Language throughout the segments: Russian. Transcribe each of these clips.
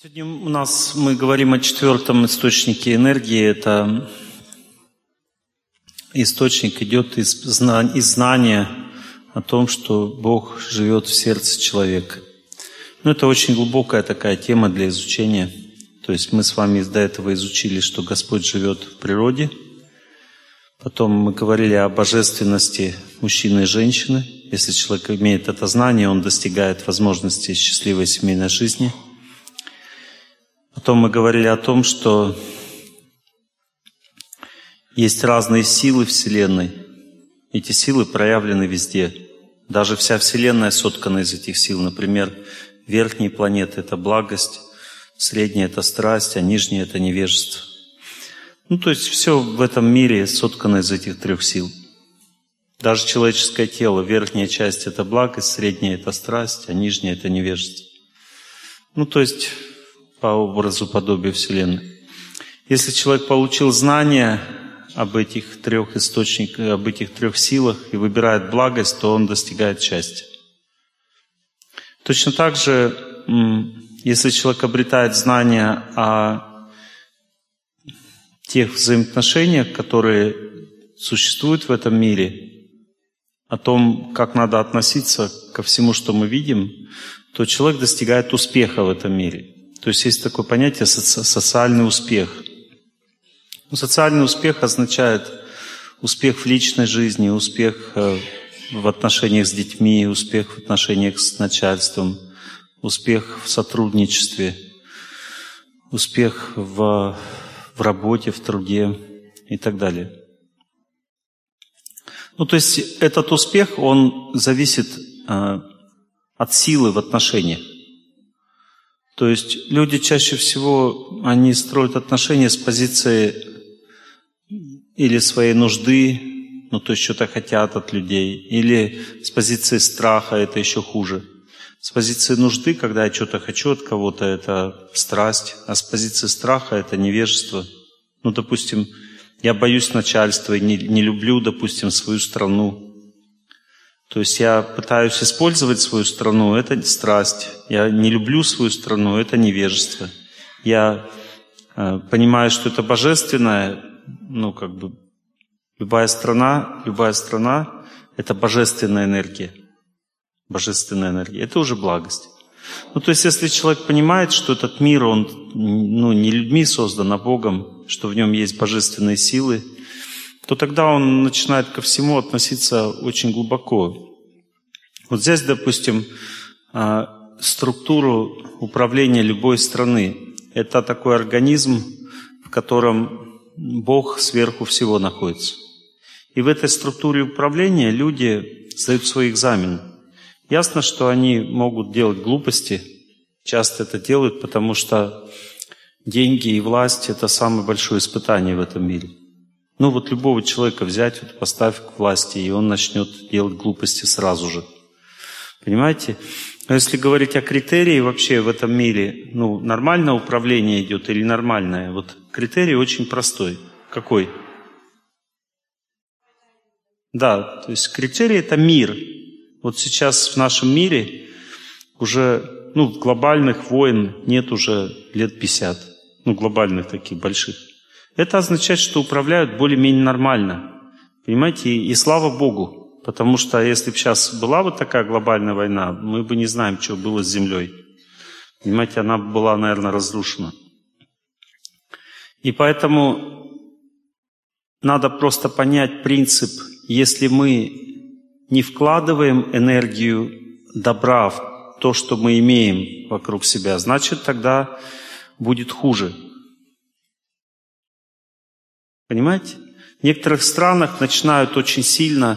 Сегодня мы говорим о четвертом источнике энергии. Это источник идет из знания о том, что Бог живет в сердце человека. Это очень глубокая такая тема для изучения. То есть мы с вами до этого изучили, что Господь живет в природе. Потом мы говорили о божественности мужчины и женщины. Если человек имеет это знание, он достигает возможности счастливой семейной жизни. Потом мы говорили о том, что есть разные силы Вселенной. Эти силы проявлены везде. Даже вся Вселенная соткана из этих сил. Например, верхние планеты — это благость, средняя — это страсть, а нижняя — это невежество. То есть все в этом мире соткано из этих трех сил. Даже человеческое тело, верхняя часть — это благость, средняя — это страсть, а нижняя — это невежество. То есть по образу, подобию Вселенной. Если человек получил знания об этих трех источниках, об этих трех силах и выбирает благость, то он достигает счастья. Точно так же, если человек обретает знания о тех взаимоотношениях, которые существуют в этом мире, о том, как надо относиться ко всему, что мы видим, то человек достигает успеха в этом мире. То есть есть такое понятие социальный успех. Социальный успех означает успех в личной жизни, успех в отношениях с детьми, успех в отношениях с начальством, успех в сотрудничестве, успех в работе, в труде и так далее. То есть этот успех, он зависит от силы в отношениях. То есть люди чаще всего, они строят отношения с позиции или своей нужды, то есть что-то хотят от людей, или с позиции страха, это еще хуже. С позиции нужды, когда я что-то хочу от кого-то, это страсть, а с позиции страха это невежество. Допустим, я боюсь начальства и не люблю, допустим, свою страну. То есть я пытаюсь использовать свою страну, это страсть. Я не люблю свою страну, это невежество. Я понимаю, что это божественное, любая страна — это божественная энергия. Божественная энергия — это уже благость. То есть если человек понимает, что этот мир, он не людьми создан, а Богом, что в нем есть божественные силы, то тогда он начинает ко всему относиться очень глубоко. Здесь, допустим, структуру управления любой страны. Это такой организм, в котором Бог сверху всего находится. И в этой структуре управления люди сдают свои экзамены. Ясно, что они могут делать глупости, часто это делают, потому что деньги и власть — это самое большое испытание в этом мире. Любого человека взять, поставь к власти, и он начнет делать глупости сразу же. Понимаете? Но если говорить о критерии вообще в этом мире, нормальное управление идет или нормальное? Критерий очень простой. Какой? Да, то есть критерий — это мир. Сейчас в нашем мире уже, глобальных войн нет уже лет 50. Глобальных таких больших. Это означает, что управляют более-менее нормально. Понимаете? И слава Богу. Потому что если бы сейчас была такая глобальная война, мы бы не знаем, что было с Землей. Понимаете? Она была, наверное, разрушена. И поэтому надо просто понять принцип. Если мы не вкладываем энергию добра в то, что мы имеем вокруг себя, значит, тогда будет хуже. Понимаете? В некоторых странах начинают очень сильно,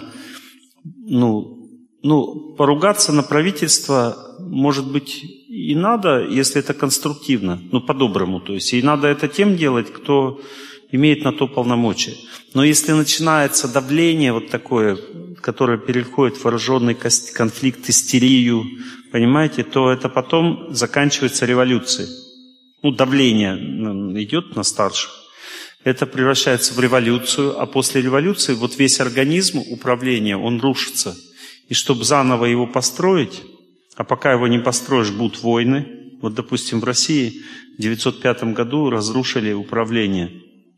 поругаться на правительство, может быть, и надо, если это конструктивно, по-доброму, то есть, и надо это тем делать, кто имеет на то полномочия. Но если начинается давление такое, которое переходит в вооруженный конфликт, истерию, понимаете, то это потом заканчивается революцией. Давление идет на старших. Это превращается в революцию, а после революции весь организм управления, он рушится. И чтобы заново его построить, а пока его не построишь, будут войны, Вот, допустим, в России в 1905 году разрушили управление.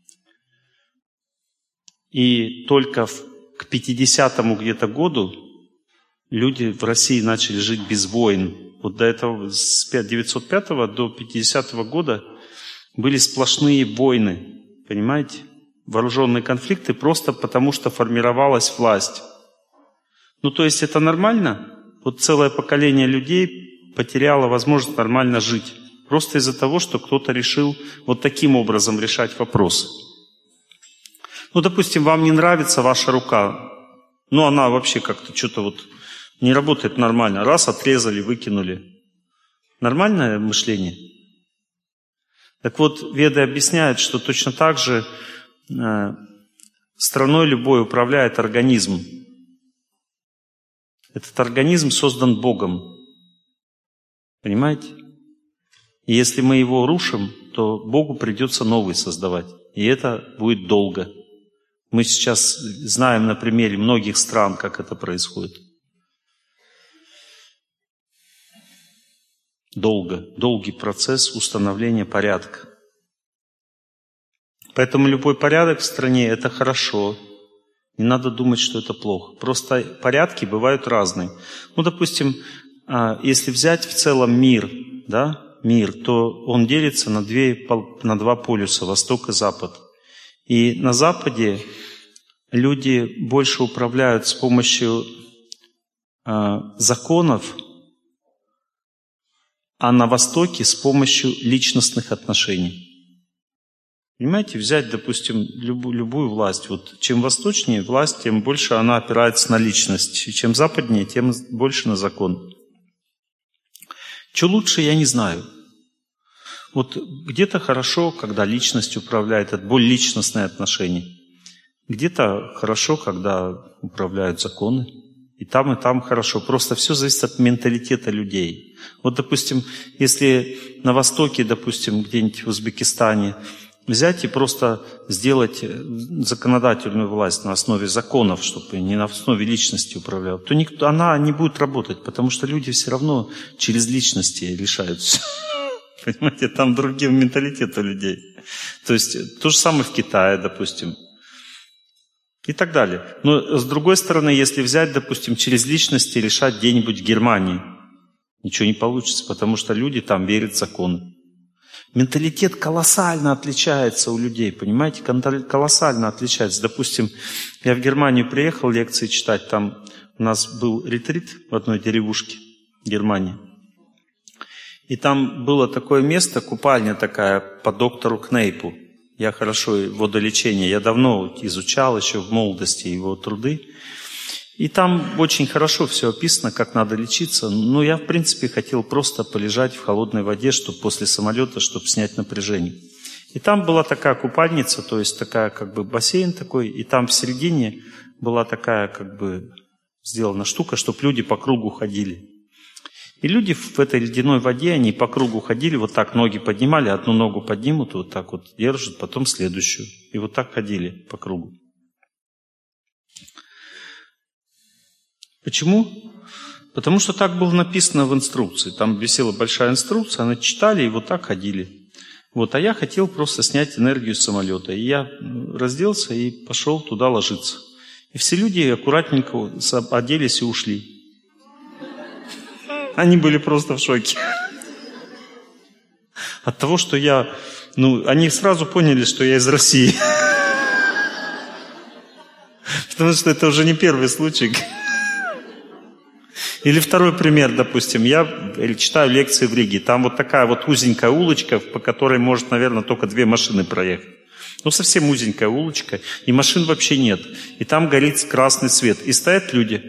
И только к 50-му где-то году люди в России начали жить без войн. Вот до этого, с 1905 до 50-го года были сплошные войны, понимаете? Вооруженные конфликты просто потому, что формировалась власть. Ну, то есть это нормально? Вот целое поколение людей потеряло возможность нормально жить. Просто из-за того, что кто-то решил вот таким образом решать вопросы. Ну, допустим, вам не нравится ваша рука. Ну, она вообще как-то что-то вот не работает нормально. Раз, отрезали, выкинули. Нормальное мышление? Так вот, Веды объясняют, что точно так же страной любой управляет организм. Этот организм создан Богом. Понимаете? И если мы его рушим, то Богу придется новый создавать. И это будет долго. Мы сейчас знаем на примере многих стран, как это происходит. Долгий процесс установления порядка. Поэтому любой порядок в стране – это хорошо. Не надо думать, что это плохо. Просто порядки бывают разные. Ну, допустим, если взять в целом мир, то он делится на два полюса – Восток и Запад. И на Западе люди больше управляют с помощью законов, а на Востоке с помощью личностных отношений. Понимаете, взять, допустим, любую власть. Вот чем восточнее власть, тем больше она опирается на личность. Чем западнее, тем больше на закон. Что лучше, я не знаю. Вот где-то хорошо, когда личность управляет, это более личностные отношения. Где-то хорошо, когда управляют законы. И там хорошо. Просто все зависит от менталитета людей. Вот, допустим, если на Востоке, допустим, где-нибудь в Узбекистане, взять и просто сделать законодательную власть на основе законов, чтобы не на основе личности управляла, то она не будет работать, потому что люди все равно через личности решают все. Понимаете, там другие менталитеты людей. То есть то же самое в Китае, допустим. И так далее. Но с другой стороны, если взять, допустим, через личности решать где-нибудь в Германии, ничего не получится, потому что люди там верят в законы. Менталитет колоссально отличается у людей, понимаете, колоссально отличается. Допустим, я в Германию приехал лекции читать, там у нас был ретрит в одной деревушке в Германии. И там было такое место, купальня такая по доктору Кнейпу. Я хорошо водолечение, я давно изучал еще в молодости его труды. И там очень хорошо все описано, как надо лечиться. Но я, в принципе, хотел просто полежать в холодной воде, чтобы после самолета, чтобы снять напряжение. И там была такая купальница, то есть такая как бы бассейн такой, и там в середине была такая как бы сделана штука, чтобы люди по кругу ходили. И люди в этой ледяной воде, они по кругу ходили, вот так ноги поднимали, одну ногу поднимут, вот так вот держат, потом следующую. И вот так ходили по кругу. Почему? Потому что так было написано в инструкции. Там висела большая инструкция, они читали и вот так ходили. Вот, а я хотел просто снять энергию с самолета. И я разделся и пошел туда ложиться. И все люди аккуратненько оделись и ушли. Они были просто в шоке. От того, что они сразу поняли, что я из России. Потому что это уже не первый случай. Или второй пример, допустим, я читаю лекции в Риге, там вот такая вот узенькая улочка, по которой может, наверное, только 2 машины проехать. Ну, совсем узенькая улочка, и машин вообще нет. И там горит красный свет, и стоят люди.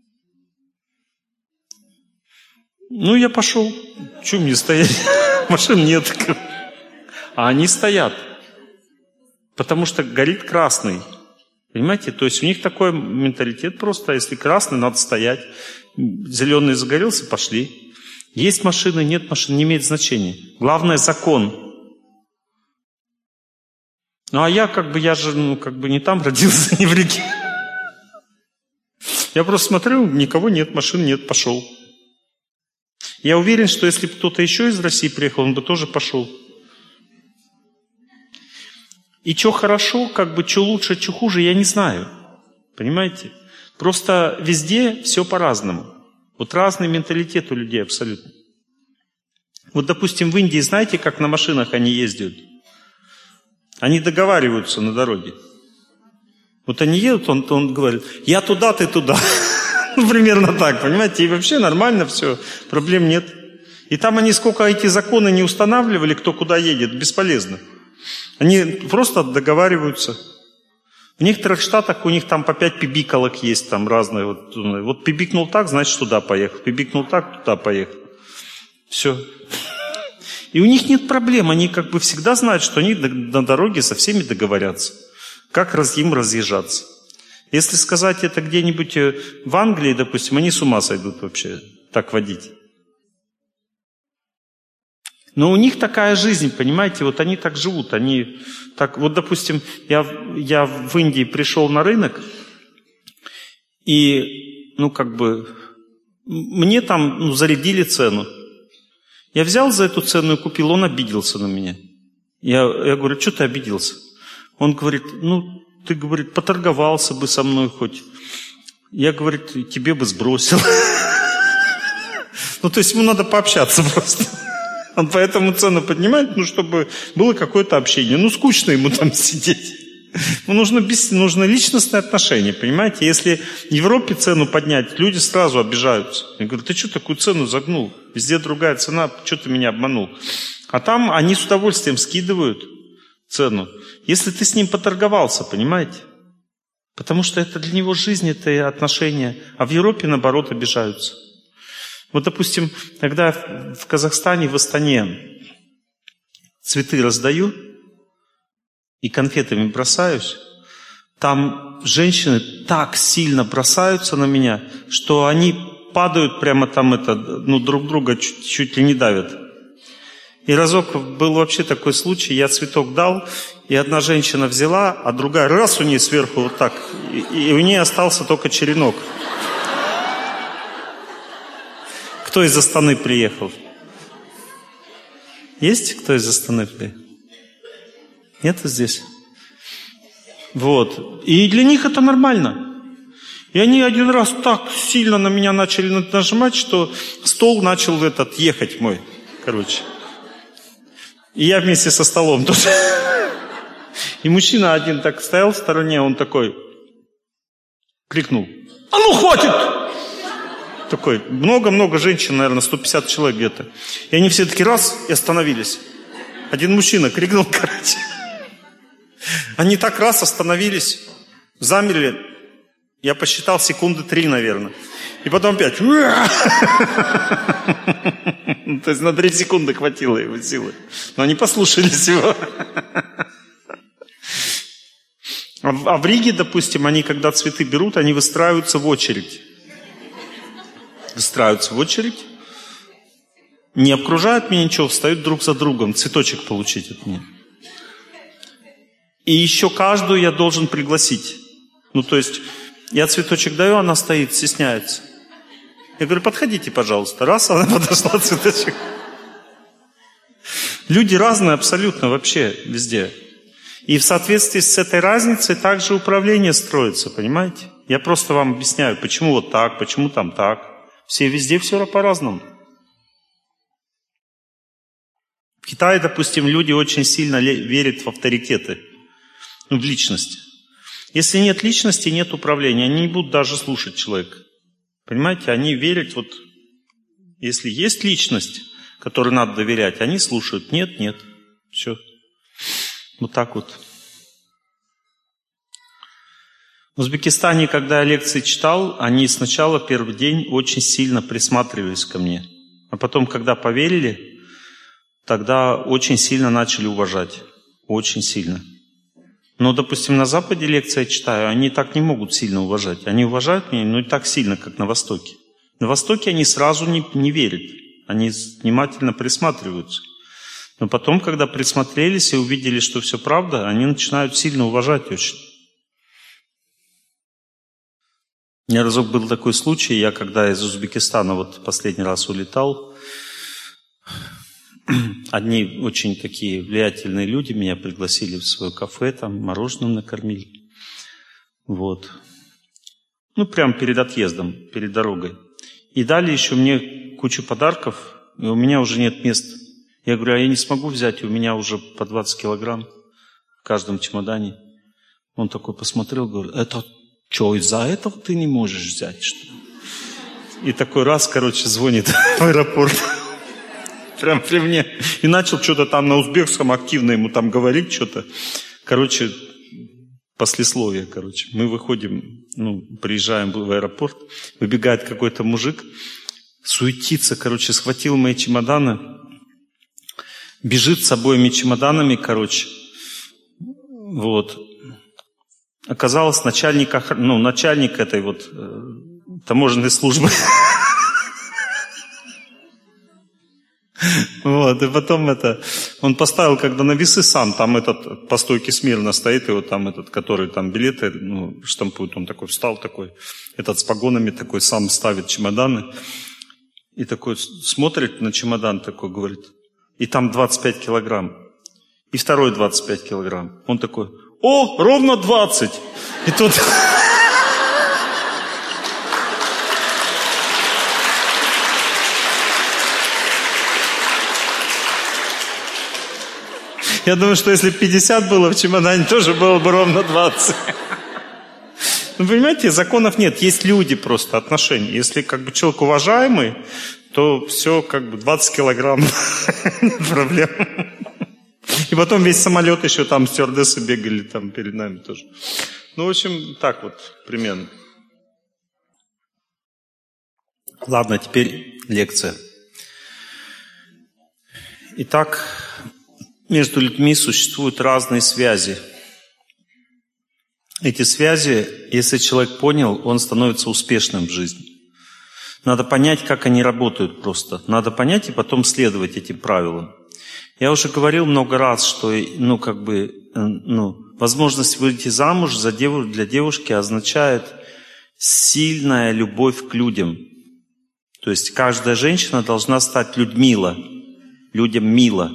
Ну, я пошел, чего мне стоять? Машин нет. А они стоят, потому что горит красный. Понимаете, то есть у них такой менталитет просто, если красный, надо стоять. Зеленый загорелся, пошли. Есть машины, нет машин, не имеет значения. Главное закон. Ну а я же не там родился, не в Риге. Я просто смотрю, никого нет, машин нет, пошел. Я уверен, что если бы кто-то еще из России приехал, он бы тоже пошел. И что хорошо, что лучше, что хуже, я не знаю. Понимаете? Просто везде все по-разному. Вот разный менталитет у людей абсолютно. Вот, допустим, в Индии, знаете, как на машинах они ездят? Они договариваются на дороге. Вот они едут, он говорит, я туда, ты туда. Примерно так, понимаете? И вообще нормально все, проблем нет. И там они сколько эти законы не устанавливали, кто куда едет, бесполезно. Они просто договариваются. В некоторых штатах у них там по 5 пибикалок есть, там разные. Вот пибикнул так, значит туда поехал. Пибикнул так, туда поехал. Все. И у них нет проблем. Они всегда знают, что они на дороге со всеми договорятся. Как им разъезжаться. Если сказать это где-нибудь в Англии, допустим, они с ума сойдут вообще так водить. Но у них такая жизнь, понимаете, вот они так живут, они так, вот, допустим, я в Индии пришел на рынок, и, мне там, зарядили цену. Я взял за эту цену и купил, он обиделся на меня. Я говорю, что ты обиделся? Он говорит, ты, говорит, поторговался бы со мной хоть. Я, говорит, тебе бы сбросил. То есть ему надо пообщаться просто. Он поэтому цену поднимает, чтобы было какое-то общение. Скучно ему там сидеть. Нужно личностные отношения, понимаете? Если в Европе цену поднять, люди сразу обижаются. Я говорю, ты что такую цену загнул? Везде другая цена, что ты меня обманул? А там они с удовольствием скидывают цену. Если ты с ним поторговался, понимаете? Потому что это для него жизнь, это отношения. А в Европе, наоборот, обижаются. Вот, допустим, когда в Казахстане, в Астане цветы раздаю и конфетами бросаюсь, там женщины так сильно бросаются на меня, что они падают прямо там, друг друга чуть ли не давят. И разок был вообще такой случай, я цветок дал, и одна женщина взяла, а другая раз у нее сверху вот так, и у нее остался только черенок. Кто из Астаны приехал? Есть кто из Астаны приехал? Нету здесь? Вот. И для них это нормально. И они один раз так сильно на меня начали нажимать, что стол начал ехать мой, И я вместе со столом тут. И мужчина один так стоял в стороне, он такой крикнул: «А ну, хватит!» Такой, много-много женщин, наверное, 150 человек где-то. И они все таки раз и остановились. Один мужчина крикнул, Они так раз остановились, замерли. Я посчитал 3 секунды, наверное. И потом опять. То есть на 3 секунды хватило его силы. Но они послушались его. А в Риге, допустим, они, когда цветы берут, они выстраиваются в очередь. Не обкружают меня ничего, встают друг за другом, цветочек получить от меня. И еще каждую я должен пригласить. То есть, я цветочек даю, она стоит, стесняется. Я говорю, подходите, пожалуйста. Раз, она подошла, цветочек. Люди разные абсолютно вообще везде. И в соответствии с этой разницей также управление строится, понимаете? Я просто вам объясняю, почему вот так, почему там так. Все везде все по-разному. В Китае, допустим, люди очень сильно верят в авторитеты, в личности. Если нет личности, нет управления. Они не будут даже слушать человека. Понимаете, они верят, если есть личность, которой надо доверять, они слушают. Нет. Все. Вот так вот. В Узбекистане, когда я лекции читал, они сначала первый день очень сильно присматривались ко мне. А потом, когда поверили, тогда очень сильно начали уважать. Очень сильно. Но, допустим, на Западе лекции я читаю, они так не могут сильно уважать. Они уважают меня, но не так сильно, как на Востоке. На Востоке они сразу не верят. Они внимательно присматриваются. Но потом, когда присмотрелись и увидели, что все правда, они начинают сильно уважать очень. У меня разок был такой случай, я когда из Узбекистана вот последний раз улетал, одни очень такие влиятельные люди меня пригласили в свое кафе, там мороженым накормили. Вот. Ну, прямо перед отъездом, перед дорогой. И дали еще мне кучу подарков, и у меня уже нет места. Я говорю, а я не смогу взять, у меня уже по 20 килограмм в каждом чемодане. Он такой посмотрел, говорит, это что, из-за этого ты не можешь взять, что ли? И такой раз, короче, звонит в аэропорт. Прям при мне. И начал что-то там на узбекском активно ему там говорить, что-то. Короче, послесловие, короче. Мы выходим, приезжаем в аэропорт, выбегает какой-то мужик, суетится, короче, схватил мои чемоданы, бежит с обоими чемоданами, короче. Вот. Оказалось, начальник этой вот таможенной службы. Вот, и потом он поставил, когда на весы сам, там этот по стойке смирно стоит, и вот там этот, который там билеты штампует, он такой встал, такой, этот с погонами такой, сам ставит чемоданы, и такой смотрит на чемодан, такой говорит, и там 25 килограмм, и второй 25 килограмм. Он такой, о, ровно 20. И тут... Я думаю, что если 50 было в чемодане, тоже было бы ровно 20. Ну, понимаете, законов нет. Есть люди просто, отношения. Если как бы человек уважаемый, то все как бы 20 килограмм. Нет проблем. И потом весь самолет еще там стюардессы бегали там перед нами тоже. Ну, в общем, так вот примерно. Ладно, теперь лекция. Итак, между людьми существуют разные связи. Эти связи, если человек понял, он становится успешным в жизни. Надо понять, как они работают просто. Надо понять и потом следовать этим правилам. Я уже говорил много раз, что возможность выйти замуж для девушки означает сильная любовь к людям. То есть каждая женщина должна стать людям мило.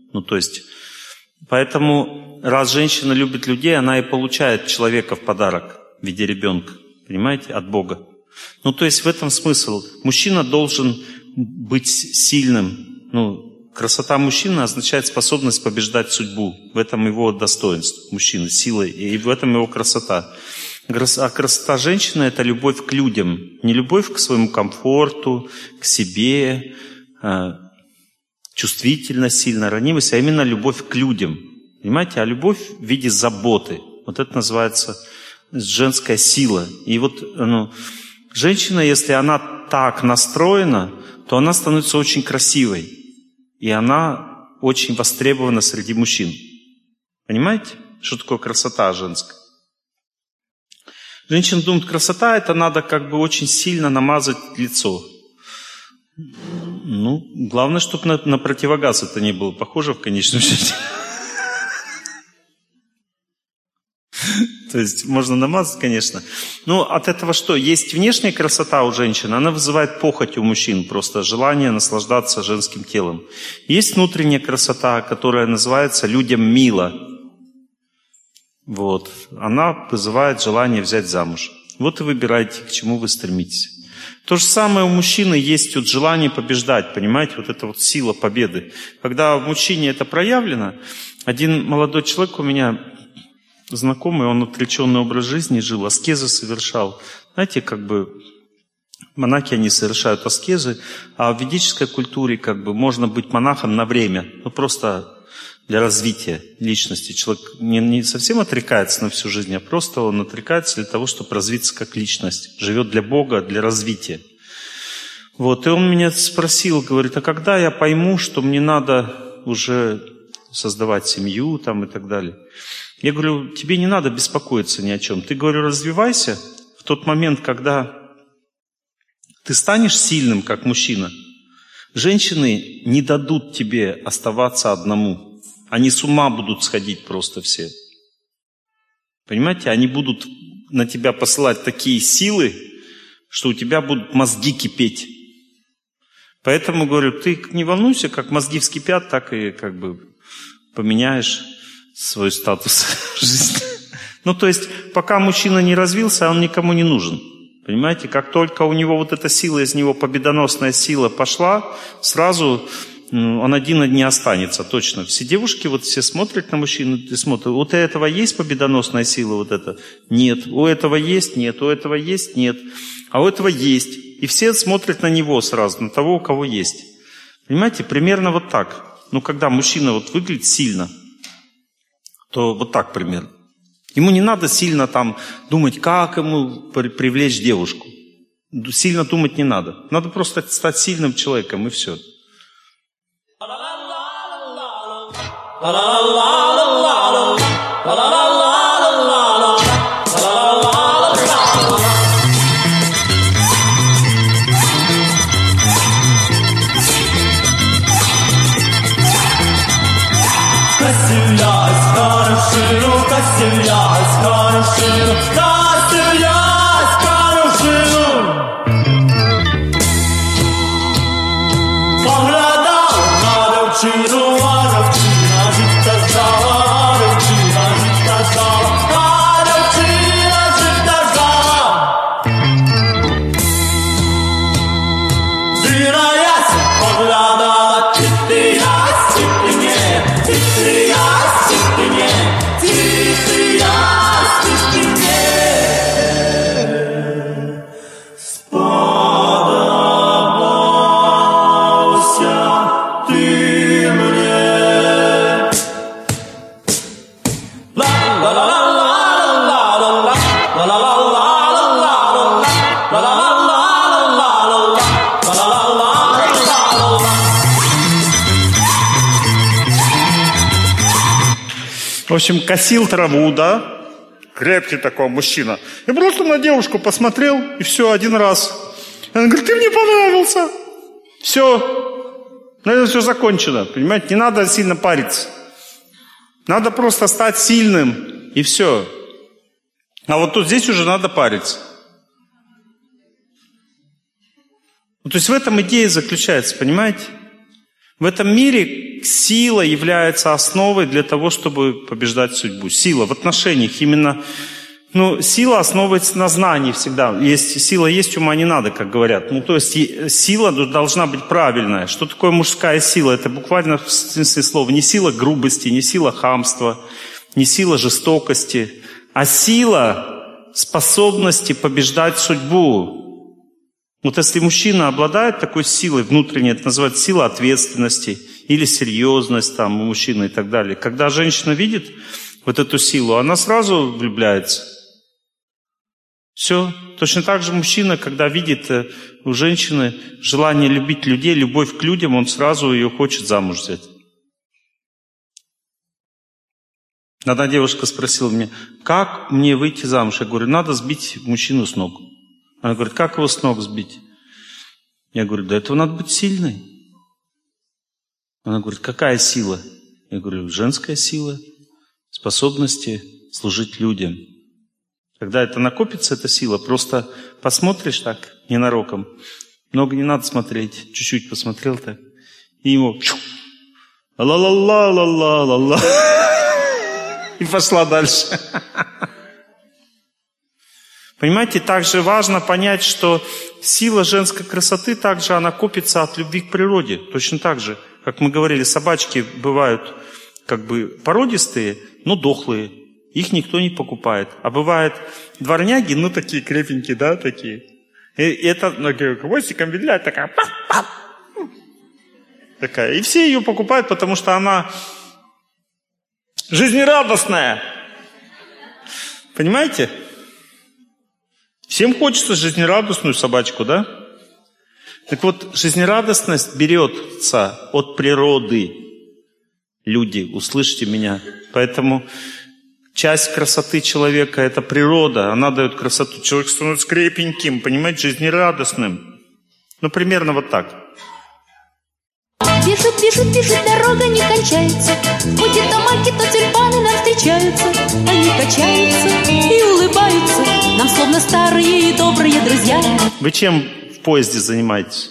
Поэтому раз женщина любит людей, она и получает человека в подарок в виде ребенка. Понимаете? От Бога. То есть в этом смысл. Мужчина должен быть сильным. Красота мужчины означает способность побеждать судьбу. В этом его достоинство мужчины, сила, и в этом его красота. А красота женщины – это любовь к людям. Не любовь к своему комфорту, к себе, чувствительность, сильная ранимость, а именно любовь к людям. Понимаете? А любовь в виде заботы. Вот это называется женская сила. И женщина, если она так настроена, то она становится очень красивой. И она очень востребована среди мужчин. Понимаете, что такое красота женская? Женщины думают, красота — это надо как бы очень сильно намазать лицо. Главное, чтобы на противогаз это не было похоже в конечном счете. То есть можно намазать, конечно. Но от этого что? Есть внешняя красота у женщин, она вызывает похоть у мужчин, просто желание наслаждаться женским телом. Есть внутренняя красота, которая называется «людям мило». Вот. Она вызывает желание взять замуж. Вот и выбирайте, к чему вы стремитесь. То же самое у мужчины есть желание побеждать, понимаете, вот эта вот сила победы. Когда в мужчине это проявлено, один молодой человек у меня знакомый, он отреченный образ жизни жил, аскезы совершал. Знаете, монахи, они совершают аскезы, а в ведической культуре можно быть монахом на время, просто для развития личности. Человек не совсем отрекается на всю жизнь, а просто он отрекается для того, чтобы развиться как личность. Живет для Бога, для развития. Вот, и он меня спросил, говорит, а когда я пойму, что мне надо уже создавать семью и так далее? Я говорю, тебе не надо беспокоиться ни о чем. Ты, говорю, развивайся в тот момент, когда ты станешь сильным, как мужчина. Женщины не дадут тебе оставаться одному. Они с ума будут сходить просто все. Понимаете? Они будут на тебя посылать такие силы, что у тебя будут мозги кипеть. Поэтому, говорю, ты не волнуйся, как мозги вскипят, так и как бы поменяешь свой статус жизни. Ну, то есть, пока мужчина не развился, он никому не нужен. Понимаете, как только у него вот эта сила, из него победоносная сила пошла, сразу он один не останется, точно. Все девушки, вот все смотрят на мужчину и смотрят, вот у этого есть победоносная сила, вот это? Нет. У этого есть? Нет. У этого есть? Нет. А у этого есть. И все смотрят на него сразу, на того, у кого есть. Понимаете, примерно вот так. Ну, когда мужчина вот выглядит сильно, то вот так примерно. Ему не надо сильно там думать, как ему привлечь девушку. Сильно думать не надо. Надо просто стать сильным человеком, и все. В общем, косил траву, да? Крепкий такой мужчина. И просто на девушку посмотрел, и все, один раз. И он говорит, ты мне понравился. Все. На этом все закончено. Понимаете, не надо сильно париться. Надо просто стать сильным, и все. А вот тут здесь уже надо париться. Ну, то есть в этом идея заключается, понимаете? В этом мире сила является основой для того, чтобы побеждать судьбу. Сила в отношениях именно... Ну, сила основывается на знании всегда. Сила есть, ума не надо, как говорят. Ну, то есть сила должна быть правильная. Что такое мужская сила? Это буквально в смысле слова. Не сила грубости, не сила хамства, не сила жестокости, а сила способности побеждать судьбу. Вот если мужчина обладает такой силой внутренней, это называется сила ответственности или серьезность там, у мужчины и так далее. Когда женщина видит вот эту силу, она сразу влюбляется. Все. Точно так же мужчина, когда видит у женщины желание любить людей, любовь к людям, он сразу ее хочет замуж взять. Одна девушка спросила меня, как мне выйти замуж? Я говорю, надо сбить мужчину с ног. Она говорит, как его с ног сбить? Я говорю, для этого надо быть сильной. Она говорит, какая сила? Я говорю, женская сила, способности служить людям. Когда это накопится, эта сила, просто посмотришь так, ненароком. Много не надо смотреть, чуть-чуть посмотрел так. И ему ла-ла-ла-ла-ла-ла-ла. И пошла дальше. Понимаете, также важно понять, что сила женской красоты также она копится от любви к природе. Точно так же, как мы говорили, собачки бывают как бы породистые, но дохлые. Их никто не покупает. А бывают дворняги, ну такие крепенькие, да, такие. И это хвостиком виляет, такая. Такая. И все ее покупают, потому что она жизнерадостная. Понимаете? Всем хочется жизнерадостную собачку, да? Так вот, жизнерадостность берется от природы. Люди, услышьте меня. Поэтому часть красоты человека – это природа. Она дает красоту. Человек становится крепеньким, понимаете, жизнерадостным. Ну, примерно вот так. Пишут, пишут, пишут, дорога не кончается. Будет то марки, то тюльпаны нам встречаются. Они качаются и улыбаются нам словно старые и добрые друзья. Вы чем в поезде занимаетесь?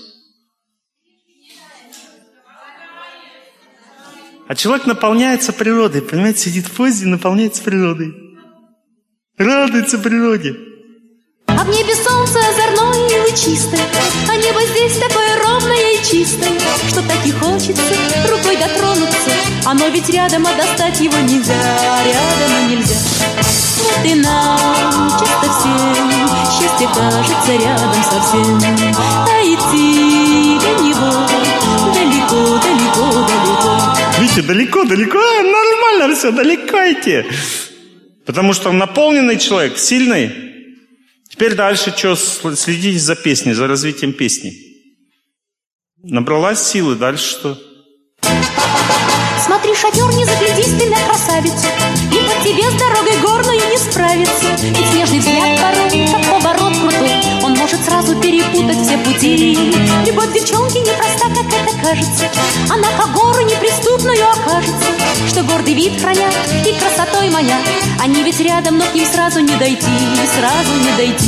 А человек наполняется природой, понимаете, сидит в поезде и наполняется природой. Радуется природе. А в небе солнце озорное и лучистое, а небо здесь такое ровное и чистое, что так и хочется рукой дотронуться. Оно ведь рядом, а достать его нельзя, рядом и нельзя. Вот и нам часто всем счастье кажется рядом совсем, а идти до него далеко, далеко, далеко. Видите, далеко, далеко, нормально все, далеко идти. Потому что наполненный человек, сильный. Теперь дальше что? Следите за песней, за развитием песни. Набралась силы, дальше что? Смотри, шофер, не заглядись ты на красавицу, и под тебе с дорогой горную не справится. Ведь снежный взгляд порой, как поворот крутой, он может сразу перепутать все пути. Любовь девчонки непроста, как это кажется, она по гору неприступную окажется. Что гордый вид хранят и красотой манят, они ведь рядом, но к ним сразу не дойти, сразу не дойти.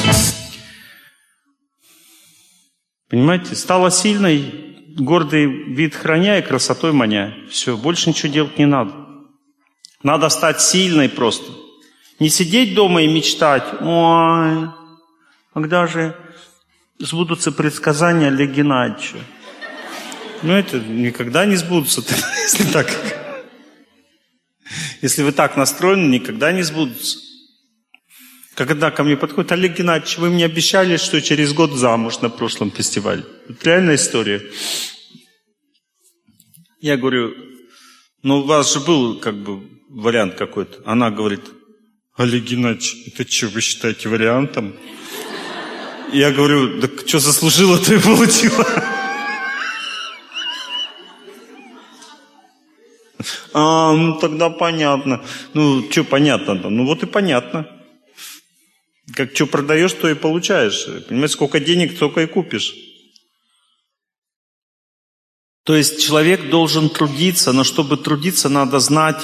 Понимаете, стала сильной, гордый вид храня и красотой маня. Все, больше ничего делать не надо. Надо стать сильной просто. Не сидеть дома и мечтать. Ой, когда же сбудутся предсказания Олега Геннадьевича? Ну, это никогда не сбудутся, если так. Если вы так настроены, никогда не сбудутся. Когда ко мне подходит: Олег Геннадьевич, вы мне обещали, что через год замуж на прошлом фестивале. Это реальная история. Я говорю: ну у вас же был как бы вариант какой-то. Она говорит: Олег Геннадьевич, это что, вы считаете вариантом? Я говорю: так что заслужила, то и получила. Ну тогда понятно. Ну, что понятно-то? Ну вот и понятно. Как что продаешь, то и получаешь. Понимаете, сколько денег, столько и купишь. То есть человек должен трудиться, но чтобы трудиться, надо знать,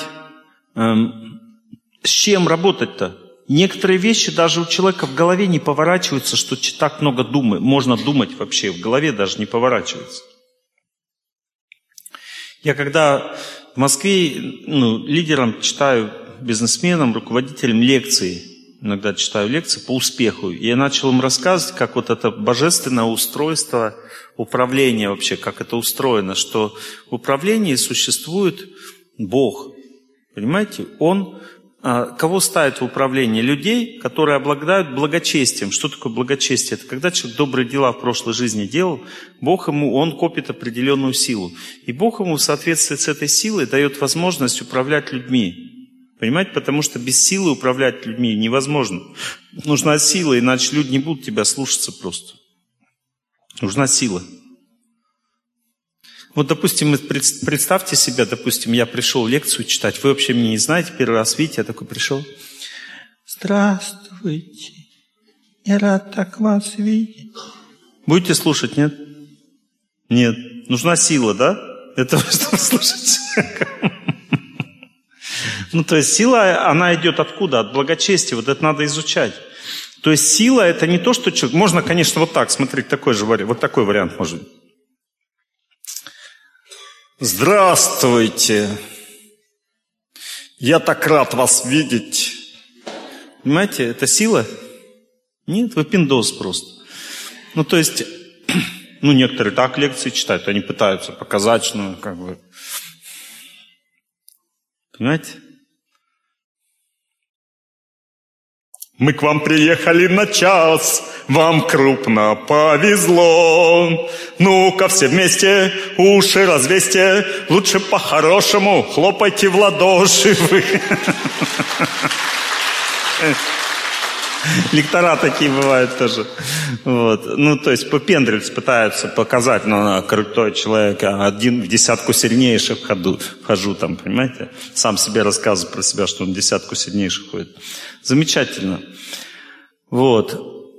с чем работать-то. Некоторые вещи даже у человека в голове не поворачиваются, что так много можно думать вообще, в голове даже не поворачивается. Я когда в Москве лидерам читаю, бизнесменам, руководителям лекции, иногда читаю лекции по успеху, и я начал им рассказывать, как вот это божественное устройство управления вообще, как это устроено, что в управлении существует Бог. Понимаете? Он кого ставит в управление? Людей, которые обладают благочестием. Что такое благочестие? Это когда человек добрые дела в прошлой жизни делал, Бог ему, он копит определенную силу. И Бог ему в соответствии с этой силой дает возможность управлять людьми. Понимаете? Потому что без силы управлять людьми невозможно. Нужна сила, иначе люди не будут тебя слушаться просто. Нужна сила. Вот, допустим, представьте себя, допустим, я пришел лекцию читать, вы вообще меня не знаете, первый раз видите, я такой пришел. Здравствуйте, я рад так вас видеть. Будете слушать, нет? Нет. Нужна сила, да? Это чтобы слушать. Ну, то есть сила, она идет откуда? От благочестия. Вот это надо изучать. То есть сила, это не то, что человек... Можно, конечно, вот так, смотреть, такой же вариант. Вот такой вариант может быть. Здравствуйте. Я так рад вас видеть. Понимаете, это сила? Нет, вы пиндос просто. Ну, то есть, некоторые так лекции читают, они пытаются показать, как бы... Понимаете? Мы к вам приехали на час, вам крупно повезло. Ну-ка все вместе уши развесьте, лучше по-хорошему хлопайте в ладоши вы. Лектора такие бывают тоже. Вот. Ну, то есть попендриться пытаются показать, крутой человек, один в десятку сильнейших вхожу там, понимаете? Сам себе рассказываю про себя, что он в десятку сильнейших ходит. Замечательно. Вот.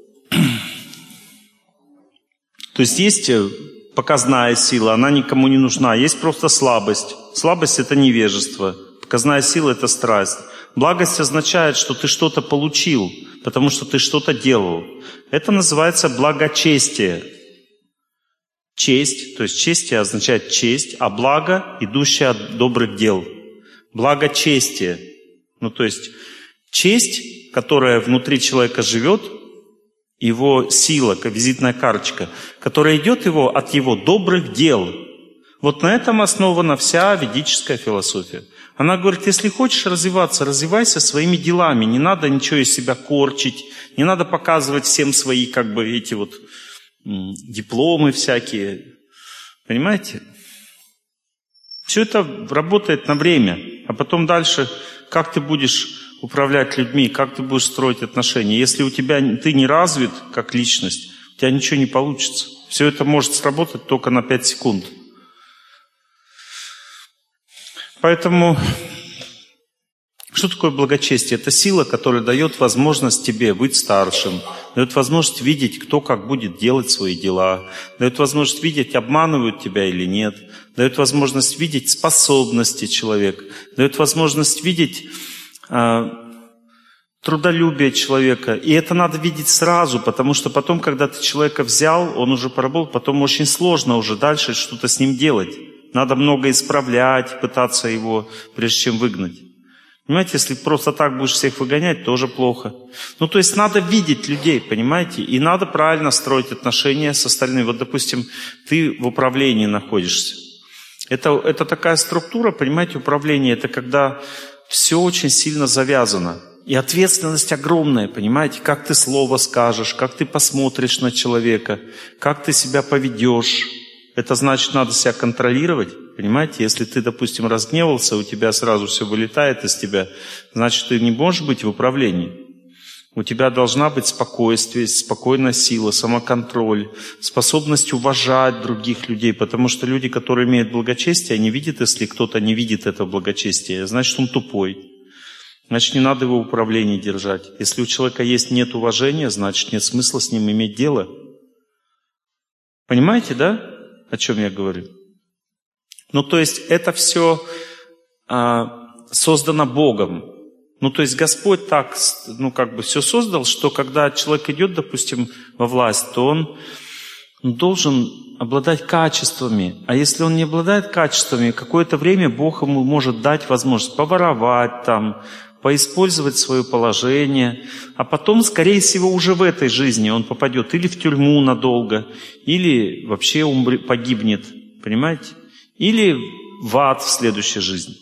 То есть есть показная сила, она никому не нужна. Есть просто слабость. Слабость – это невежество. Показная сила – это страсть. Благость означает, что ты что-то получил. потому что ты что-то делал. Это называется благочестие. Честь, то есть честие означает честь, а благо, идущее от добрых дел. Благочестие. То есть честь, которая внутри человека живет, его сила, как визитная карточка, которая идет от его добрых дел. Вот на этом основана вся ведическая философия. Она говорит, если хочешь развиваться, развивайся своими делами. Не надо ничего из себя корчить, не надо показывать всем свои эти дипломы всякие. Понимаете? Все это работает на время. А потом дальше, как ты будешь управлять людьми, как ты будешь строить отношения. Если ты не развит как личность, у тебя ничего не получится. Все это может сработать только на 5 секунд. Поэтому, что такое благочестие? Это сила, которая дает возможность тебе быть старшим, дает возможность видеть, кто как будет делать свои дела, дает возможность видеть, обманывают тебя или нет, дает возможность видеть способности человека, дает возможность видеть трудолюбие человека. И это надо видеть сразу, потому что потом, когда ты человека взял, он уже поработал, потом очень сложно уже дальше что-то с ним делать. Надо много исправлять, пытаться его, прежде чем выгнать. Понимаете, если просто так будешь всех выгонять, тоже плохо. То есть надо видеть людей, понимаете? И надо правильно строить отношения с остальными. Вот, допустим, ты в управлении находишься. Это такая структура, понимаете, управление. Это когда все очень сильно завязано. И ответственность огромная, понимаете? Как ты слово скажешь, как ты посмотришь на человека, как ты себя поведешь. Это значит, надо себя контролировать, понимаете? Если ты, допустим, разгневался, у тебя сразу все вылетает из тебя, значит, ты не можешь быть в управлении. У тебя должна быть спокойствие, спокойная сила, самоконтроль, способность уважать других людей, потому что люди, которые имеют благочестие, они видят, если кто-то не видит этого благочестия, значит, он тупой. Значит, не надо его в управлении держать. Если у человека нет уважения, значит, нет смысла с ним иметь дело. Понимаете, да? О чем я говорю? То есть это все создано Богом. То есть Господь так, все создал, что когда человек идет, допустим, во власть, то он должен обладать качествами. А если он не обладает качествами, какое-то время Бог ему может дать возможность поворовать поиспользовать свое положение, а потом, скорее всего, уже в этой жизни он попадет или в тюрьму надолго, или вообще погибнет, понимаете? Или в ад в следующей жизни.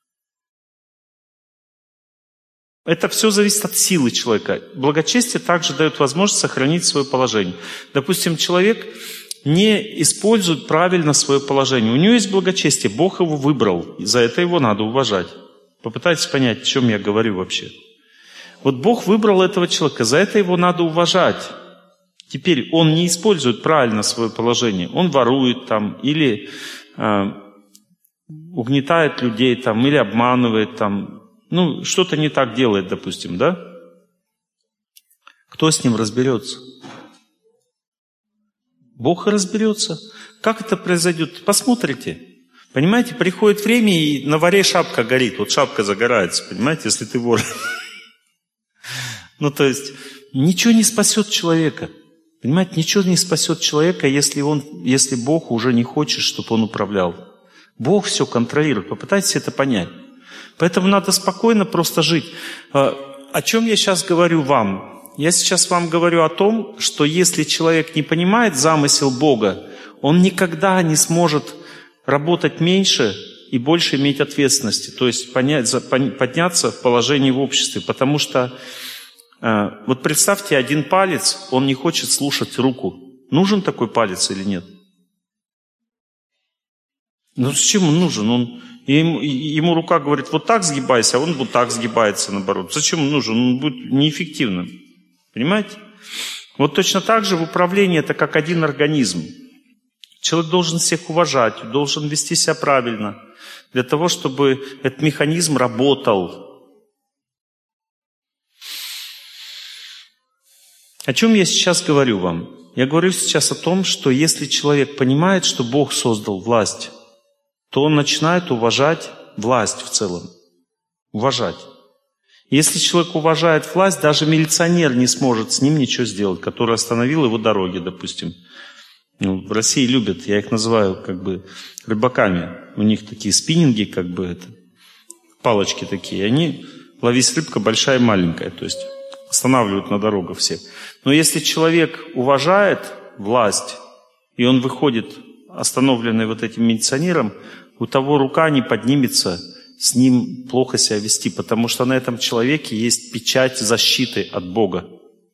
Это все зависит от силы человека. Благочестие также дает возможность сохранить свое положение. Допустим, человек не использует правильно свое положение. У него есть благочестие, Бог его выбрал, и за это его надо уважать. Попытайтесь понять, о чем я говорю вообще. Вот Бог выбрал этого человека, за это его надо уважать. Теперь он не использует правильно свое положение. Он ворует или угнетает людей или обманывает что-то не так делает, допустим, да? Кто с ним разберется? Бог и разберется. Как это произойдет? Посмотрите. Понимаете, приходит время, и на воре шапка горит. Вот шапка загорается, понимаете, если ты вор. То есть, ничего не спасет человека. Понимаете, ничего не спасет человека, если Бог уже не хочет, чтобы он управлял. Бог все контролирует. Попытайтесь это понять. Поэтому надо спокойно просто жить. О чем я сейчас говорю вам? Я сейчас вам говорю о том, что если человек не понимает замысел Бога, он никогда не сможет работать меньше и больше иметь ответственности, то есть подняться в положении в обществе. Потому что, вот представьте, один палец, он не хочет слушать руку. Нужен такой палец или нет? Зачем он нужен? Ему рука говорит, вот так сгибайся, а он вот так сгибается наоборот. Зачем он нужен? Он будет неэффективным. Понимаете? Вот точно так же в управлении это как один организм. Человек должен всех уважать, должен вести себя правильно, для того, чтобы этот механизм работал. О чем я сейчас говорю вам? Я говорю сейчас о том, что если человек понимает, что Бог создал власть, то он начинает уважать власть в целом. Уважать. Если человек уважает власть, даже милиционер не сможет с ним ничего сделать, который остановил его дороги, допустим. Ну, в России любят, я их называю как бы рыбаками. У них такие спиннинги, как бы это, палочки такие. Они, ловись рыбка большая и маленькая, то есть останавливают на дорогах всех. Но если человек уважает власть, и он выходит остановленный вот этим милиционером, у того рука не поднимется с ним плохо себя вести, потому что на этом человеке есть печать защиты от Бога.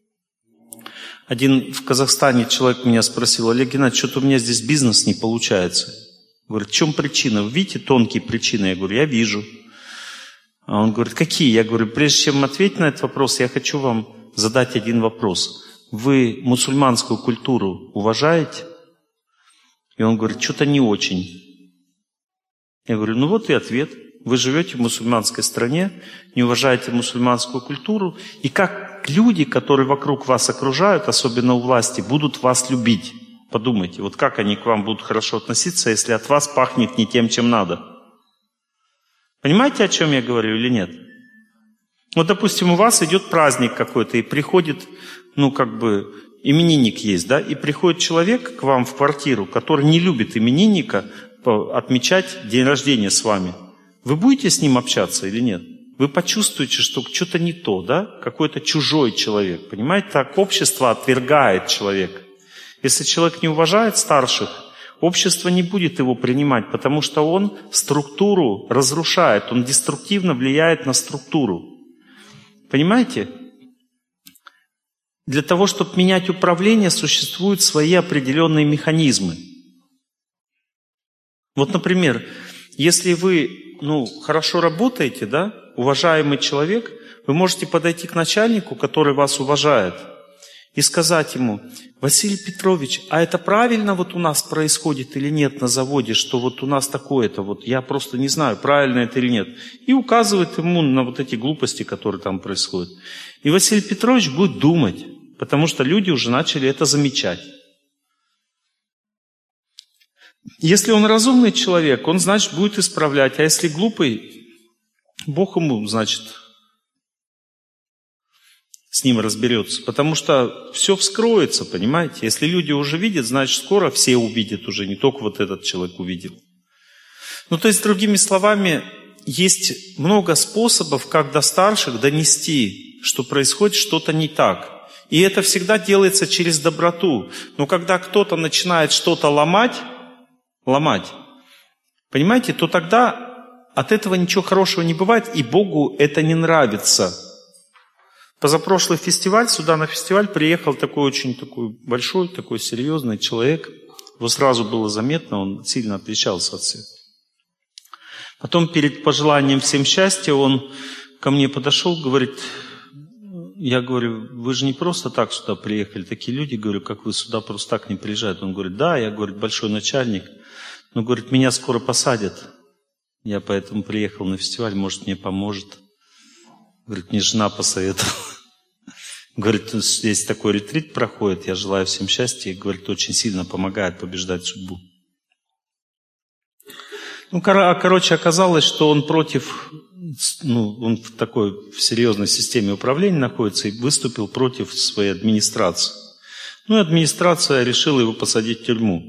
Один в Казахстане человек меня спросил: Олег Геннадьевич, что-то у меня здесь бизнес не получается. Говорит, в чем причина? Вы видите тонкие причины? Я говорю, я вижу. А он говорит, какие? Я говорю, прежде чем ответить на этот вопрос, я хочу вам задать один вопрос. Вы мусульманскую культуру уважаете? И он говорит, что-то не очень. Я говорю, ну вот и ответ. Вы живете в мусульманской стране, не уважаете мусульманскую культуру, и как люди, которые вокруг вас окружают, особенно у власти, будут вас любить? Подумайте, вот как они к вам будут хорошо относиться, если от вас пахнет не тем, чем надо? Понимаете, о чем я говорю или нет? Вот, допустим, у вас идет праздник какой-то, и приходит, ну, как бы, именинник есть, да, и приходит человек к вам в квартиру, который не любит именинника отмечать день рождения с вами. Вы будете с ним общаться или нет? Вы почувствуете, что что-то не то, да? Какой-то чужой человек, понимаете? Так общество отвергает человека. Если человек не уважает старших, общество не будет его принимать, потому что он структуру разрушает, он деструктивно влияет на структуру. Понимаете? Для того, чтобы менять управление, существуют свои определенные механизмы. Вот, например, если вы, хорошо работаете, да, уважаемый человек, вы можете подойти к начальнику, который вас уважает, и сказать ему: Василий Петрович, а это правильно вот у нас происходит или нет на заводе, что вот у нас такое-то, вот я просто не знаю, правильно это или нет. И указывает ему на вот эти глупости, которые там происходят. И Василий Петрович будет думать, потому что люди уже начали это замечать. Если он разумный человек, он, значит, будет исправлять. А если глупый, Бог ему, значит, с ним разберется. Потому что все вскроется, понимаете? Если люди уже видят, значит, скоро все увидят уже, не только вот этот человек увидел. То есть, другими словами, есть много способов, как до старших донести, что происходит что-то не так. И это всегда делается через доброту. Но когда кто-то начинает что-то ломать, понимаете, то тогда от этого ничего хорошего не бывает, и Богу это не нравится. Позапрошлый фестиваль, сюда на фестиваль приехал такой большой, такой серьезный человек. Его сразу было заметно, он сильно отличался от всех. Потом перед пожеланием всем счастья он ко мне подошел, говорит, я говорю, вы же не просто так сюда приехали, такие люди, говорю, как вы сюда просто так не приезжают. Он говорит, да, я, говорит, большой начальник, но, говорит, меня скоро посадят. Я поэтому приехал на фестиваль, может, мне поможет. Говорит, мне жена посоветовала. Говорит, здесь такой ретрит проходит, я желаю всем счастья. Говорит, очень сильно помогает побеждать судьбу. Оказалось, что он против, он в серьезной системе управления находится и выступил против своей администрации. И администрация решила его посадить в тюрьму.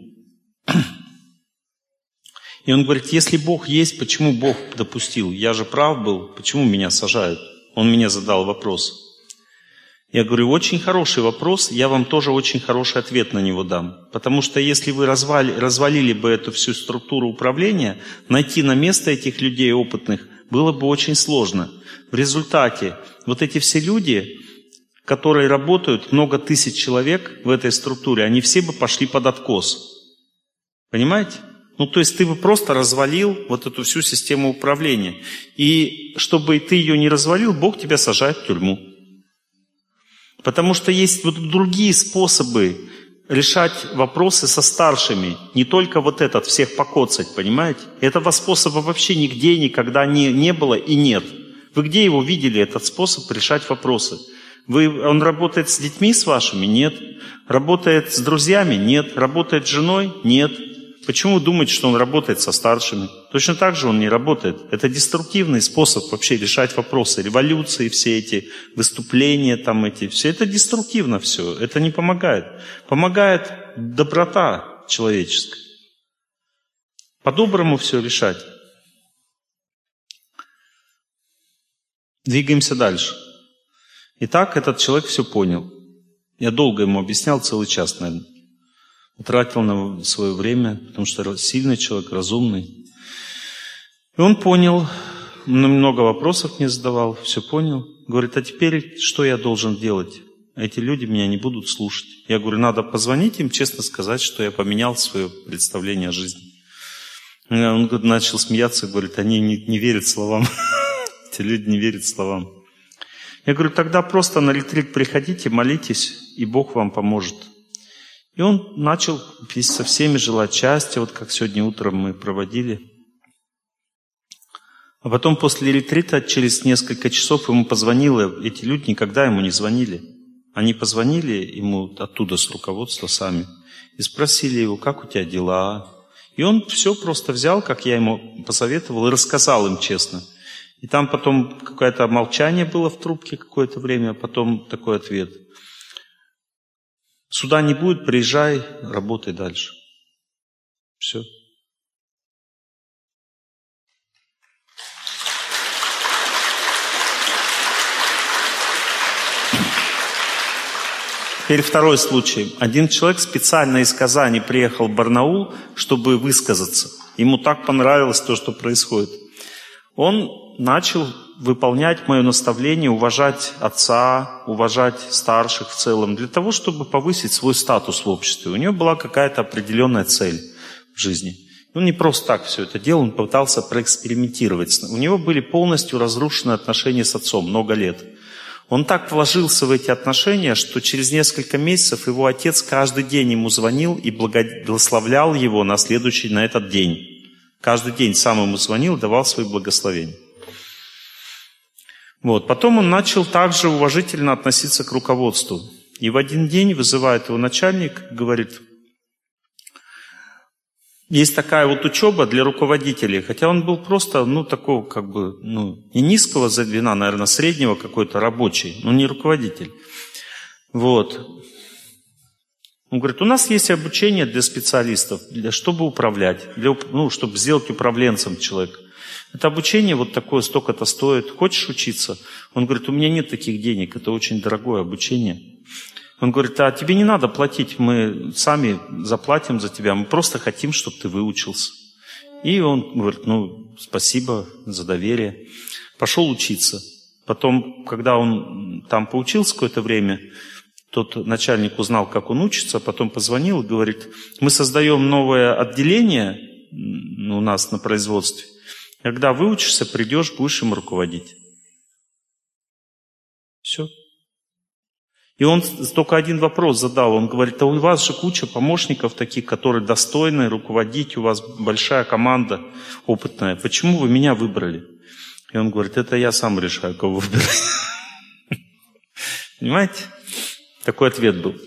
И он говорит, если Бог есть, почему Бог допустил? Я же прав был, почему меня сажают? Он мне задал вопрос. Я говорю, очень хороший вопрос, я вам тоже очень хороший ответ на него дам. Потому что если вы развалили бы эту всю структуру управления, найти на место этих людей опытных было бы очень сложно. В результате вот эти все люди, которые работают, много тысяч человек в этой структуре, они все бы пошли под откос. Понимаете? То есть ты бы просто развалил вот эту всю систему управления. И чтобы ты ее не развалил, Бог тебя сажает в тюрьму. Потому что есть вот другие способы решать вопросы со старшими. Не только вот этот, всех покоцать, понимаете? Этого способа вообще нигде никогда не было и нет. Вы где его видели, этот способ решать вопросы? Он работает с детьми с вашими? Нет. Работает с друзьями? Нет. Работает с женой? Нет. Почему вы думаете, что он работает со старшими? Точно так же он не работает. Это деструктивный способ вообще решать вопросы. Революции, все эти выступления, там эти, все это деструктивно все. Это не помогает. Помогает доброта человеческая. По-доброму все решать. Двигаемся дальше. Итак, этот человек все понял. Я долго ему объяснял, целый час, наверное. Тратил на свое время, потому что сильный человек, разумный. И он понял, много вопросов мне задавал, все понял. Говорит, а теперь что я должен делать? Эти люди меня не будут слушать. Я говорю, надо позвонить им, честно сказать, что я поменял свое представление о жизни. Он начал смеяться, говорит, они не верят словам. Эти люди не верят словам. Я говорю, тогда просто на ретрит приходите, молитесь, и Бог вам поможет. И он начал со всеми желать счастья, вот как сегодня утром мы проводили. А потом после ретрита, через несколько часов ему позвонило, эти люди никогда ему не звонили. Они позвонили ему оттуда с руководства сами и спросили его, как у тебя дела? И он все просто взял, как я ему посоветовал, и рассказал им честно. И там потом какое-то молчание было в трубке какое-то время, а потом такой ответ. Суда не будет, приезжай, работай дальше. Все. Теперь второй случай. Один человек специально из Казани приехал в Барнаул, чтобы высказаться. Ему так понравилось то, что происходит. Он начал выполнять мое наставление, уважать отца, уважать старших в целом, для того, чтобы повысить свой статус в обществе. У него была какая-то определенная цель в жизни. Он не просто так все это делал, он пытался проэкспериментировать. У него были полностью разрушены отношения с отцом много лет. Он так вложился в эти отношения, что через несколько месяцев его отец каждый день ему звонил и благословлял его на этот день. Каждый день сам ему звонил, давал свои благословения. Вот. Потом он начал также уважительно относиться к руководству. И в один день вызывает его начальник, говорит, есть такая вот учеба для руководителей, хотя он был просто, такого не низкого звена, наверное, среднего какой-то рабочий, но не руководитель. Вот. Он говорит, у нас есть обучение для специалистов, чтобы управлять, чтобы сделать управленцем человека. Это обучение вот такое, столько-то стоит. Хочешь учиться? Он говорит, у меня нет таких денег, это очень дорогое обучение. Он говорит, а тебе не надо платить, мы сами заплатим за тебя, мы просто хотим, чтобы ты выучился. И он говорит, спасибо за доверие. Пошел учиться. Потом, когда он там поучился какое-то время, тот начальник узнал, как он учится, потом позвонил и говорит, мы создаем новое отделение у нас на производстве. Когда выучишься, придешь, будешь им руководить. Все. И он только один вопрос задал. Он говорит, а у вас же куча помощников таких, которые достойны руководить, у вас большая команда опытная. Почему вы меня выбрали? И он говорит, это я сам решаю, кого выбирать. Понимаете? Такой ответ был.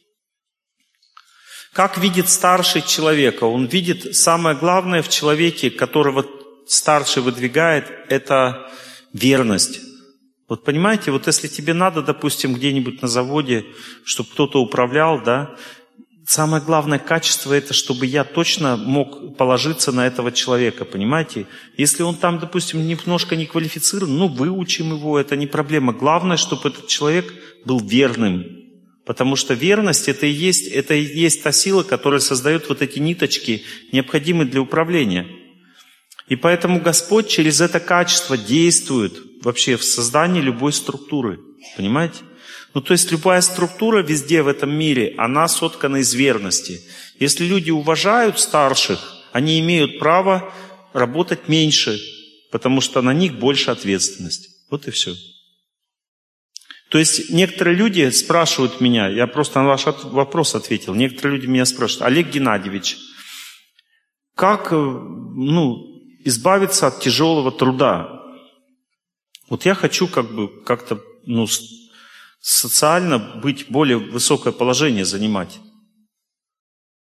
Как видит старший человека? Он видит самое главное в человеке, которого старший выдвигает, это верность. Вот понимаете, вот если тебе надо, допустим, где-нибудь на заводе, чтобы кто-то управлял, да, самое главное качество это, чтобы я точно мог положиться на этого человека, понимаете? Если он там, допустим, немножко не квалифицирован, выучим его, это не проблема. Главное, чтобы этот человек был верным. Потому что верность это и есть та сила, которая создает вот эти ниточки, необходимые для управления. И поэтому Господь через это качество действует вообще в создании любой структуры. Понимаете? То есть любая структура везде в этом мире, она соткана из верности. Если люди уважают старших, они имеют право работать меньше, потому что на них больше ответственности. Вот и все. То есть некоторые люди спрашивают меня, я просто на ваш вопрос ответил, некоторые люди меня спрашивают, Олег Геннадьевич, как избавиться от тяжелого труда? Вот я хочу как-то социально быть более высокое положение занимать.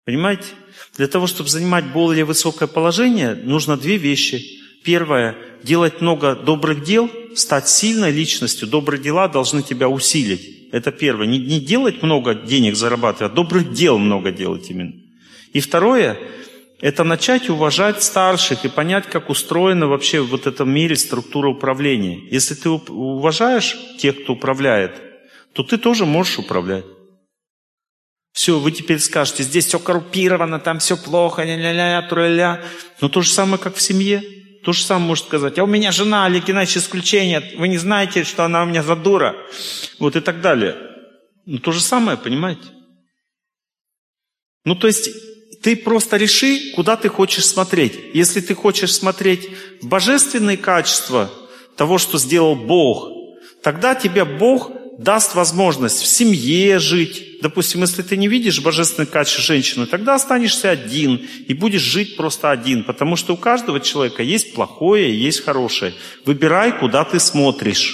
Понимаете? Для того, чтобы занимать более высокое положение, нужно две вещи. Первое – делать много добрых дел, стать сильной личностью. Добрые дела должны тебя усилить. Это первое. Не делать много денег зарабатывать, а добрых дел много делать именно. И второе – это начать уважать старших и понять, как устроена вообще в вот этом мире структура управления. Если ты уважаешь тех, кто управляет, то ты тоже можешь управлять. Все, вы теперь скажете, здесь все коррумпировано, там все плохо, ля-ля-ля, труля-ля. Но то же самое, как в семье. То же самое может сказать, а у меня жена, Олег Геннадьевич, исключение, вы не знаете, что она у меня за дура. Вот и так далее. Ну, то же самое, понимаете? Ну, то есть, ты просто реши, куда ты хочешь смотреть. Если ты хочешь смотреть в божественные качества того, что сделал Бог, тогда тебе Бог даст возможность в семье жить. Допустим, если ты не видишь божественных качеств женщины, тогда останешься один и будешь жить просто один. Потому что у каждого человека есть плохое, есть хорошее. Выбирай, куда ты смотришь.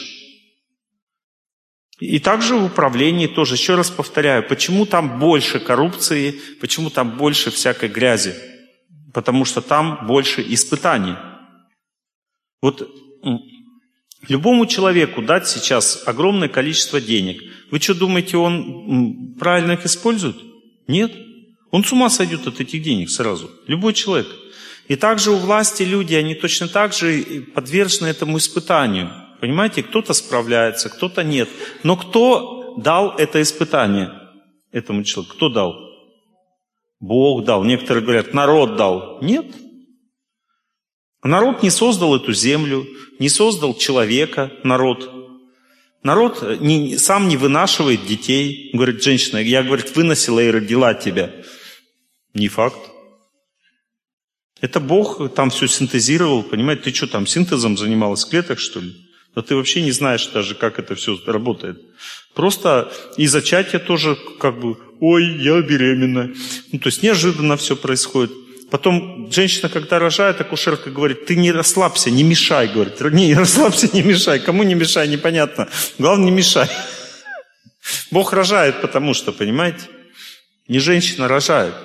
И также в управлении тоже. Еще раз повторяю, почему там больше коррупции, почему там больше всякой грязи? Потому что там больше испытаний. Вот любому человеку дать сейчас огромное количество денег. Вы что, думаете, он правильно их использует? Нет. Он с ума сойдет от этих денег сразу. Любой человек. И также у власти люди, они точно так же подвержены этому испытанию. Понимаете, кто-то справляется, кто-то нет. Но кто дал это испытание этому человеку? Кто дал? Бог дал. Некоторые говорят, народ дал. Нет. Народ не создал эту землю, не создал человека, народ. Народ сам не вынашивает детей. Говорит, женщина, я, говорит, выносила и родила тебя. Не факт. Это Бог там все синтезировал, понимаете? Ты что, там синтезом занималась в клетках, что ли? Да ты вообще не знаешь даже, как это все работает. Просто и зачатие тоже как бы, ой, я беременна. Ну, то есть неожиданно все происходит. Потом женщина, когда рожает, акушерка говорит, ты не расслабься, не мешай, говорит. Не расслабься, не мешай. Кому не мешай, непонятно. Главное, не мешай. Бог рожает, потому что, понимаете? Не женщина рожает.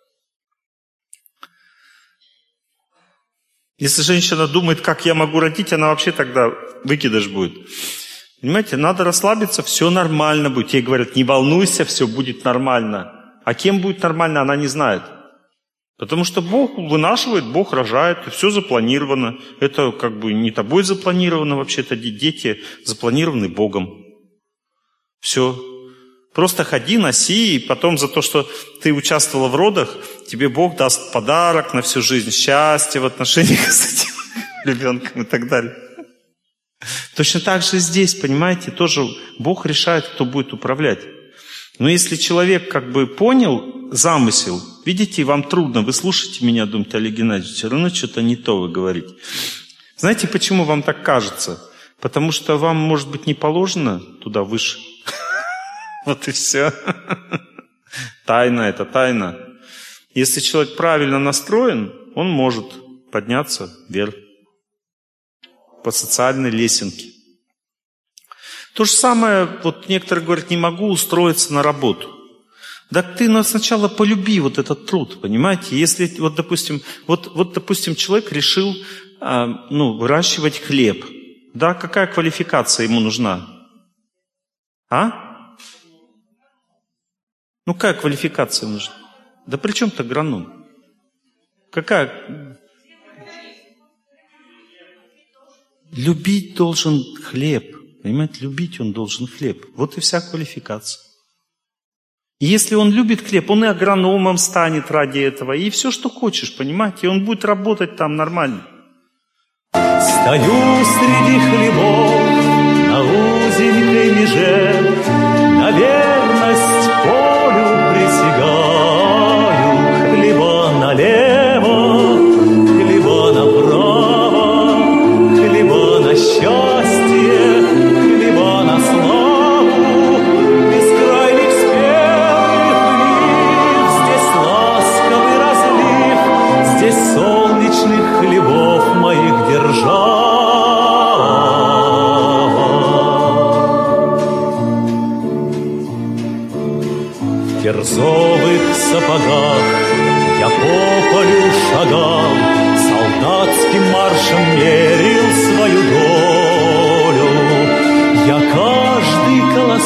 Если женщина думает, как я могу родить, она вообще тогда выкидыш будет. Понимаете, надо расслабиться, все нормально будет. Ей говорят, не волнуйся, все будет нормально. А кем будет нормально, она не знает. Потому что Бог вынашивает, Бог рожает, и все запланировано. Это как бы не тобой запланировано вообще-то, дети запланированы Богом. Все. Просто ходи, носи, и потом за то, что ты участвовала в родах, тебе Бог даст подарок на всю жизнь, счастье в отношениях с этим ребенком и так далее. Точно так же здесь, понимаете, тоже Бог решает, кто будет управлять. Но если человек как бы понял замысел, видите, вам трудно, вы слушаете меня, думаете, Олег Геннадьевич, все равно что-то не то вы говорите. Знаете, почему вам так кажется? Потому что вам, может быть, не положено туда выше. Вот и все. Тайна это тайна. Если человек правильно настроен, он может подняться вверх по социальной лесенке. То же самое, вот некоторые говорят, не могу устроиться на работу. Так ты сначала полюби вот этот труд, понимаете? Если, вот, допустим, человек решил выращивать хлеб. Да, какая квалификация ему нужна? А? Ну, какая квалификация нужна? Да при чем-то агроном? Какая? Любить должен хлеб. Понимаете, любить он должен хлеб. Вот и вся квалификация. И если он любит хлеб, он и агрономом станет ради этого. И все, что хочешь, понимаете? И он будет работать там нормально. Стою среди хлебов на узенькой меже, на верность полю присягаю. Хлеба налево, хлеба направо, хлеба на счастье, хлеба на славу. Бескрайних спелых лив, здесь ласковый разлив, здесь солнечных хлебов моих держава. В терзовых сапогах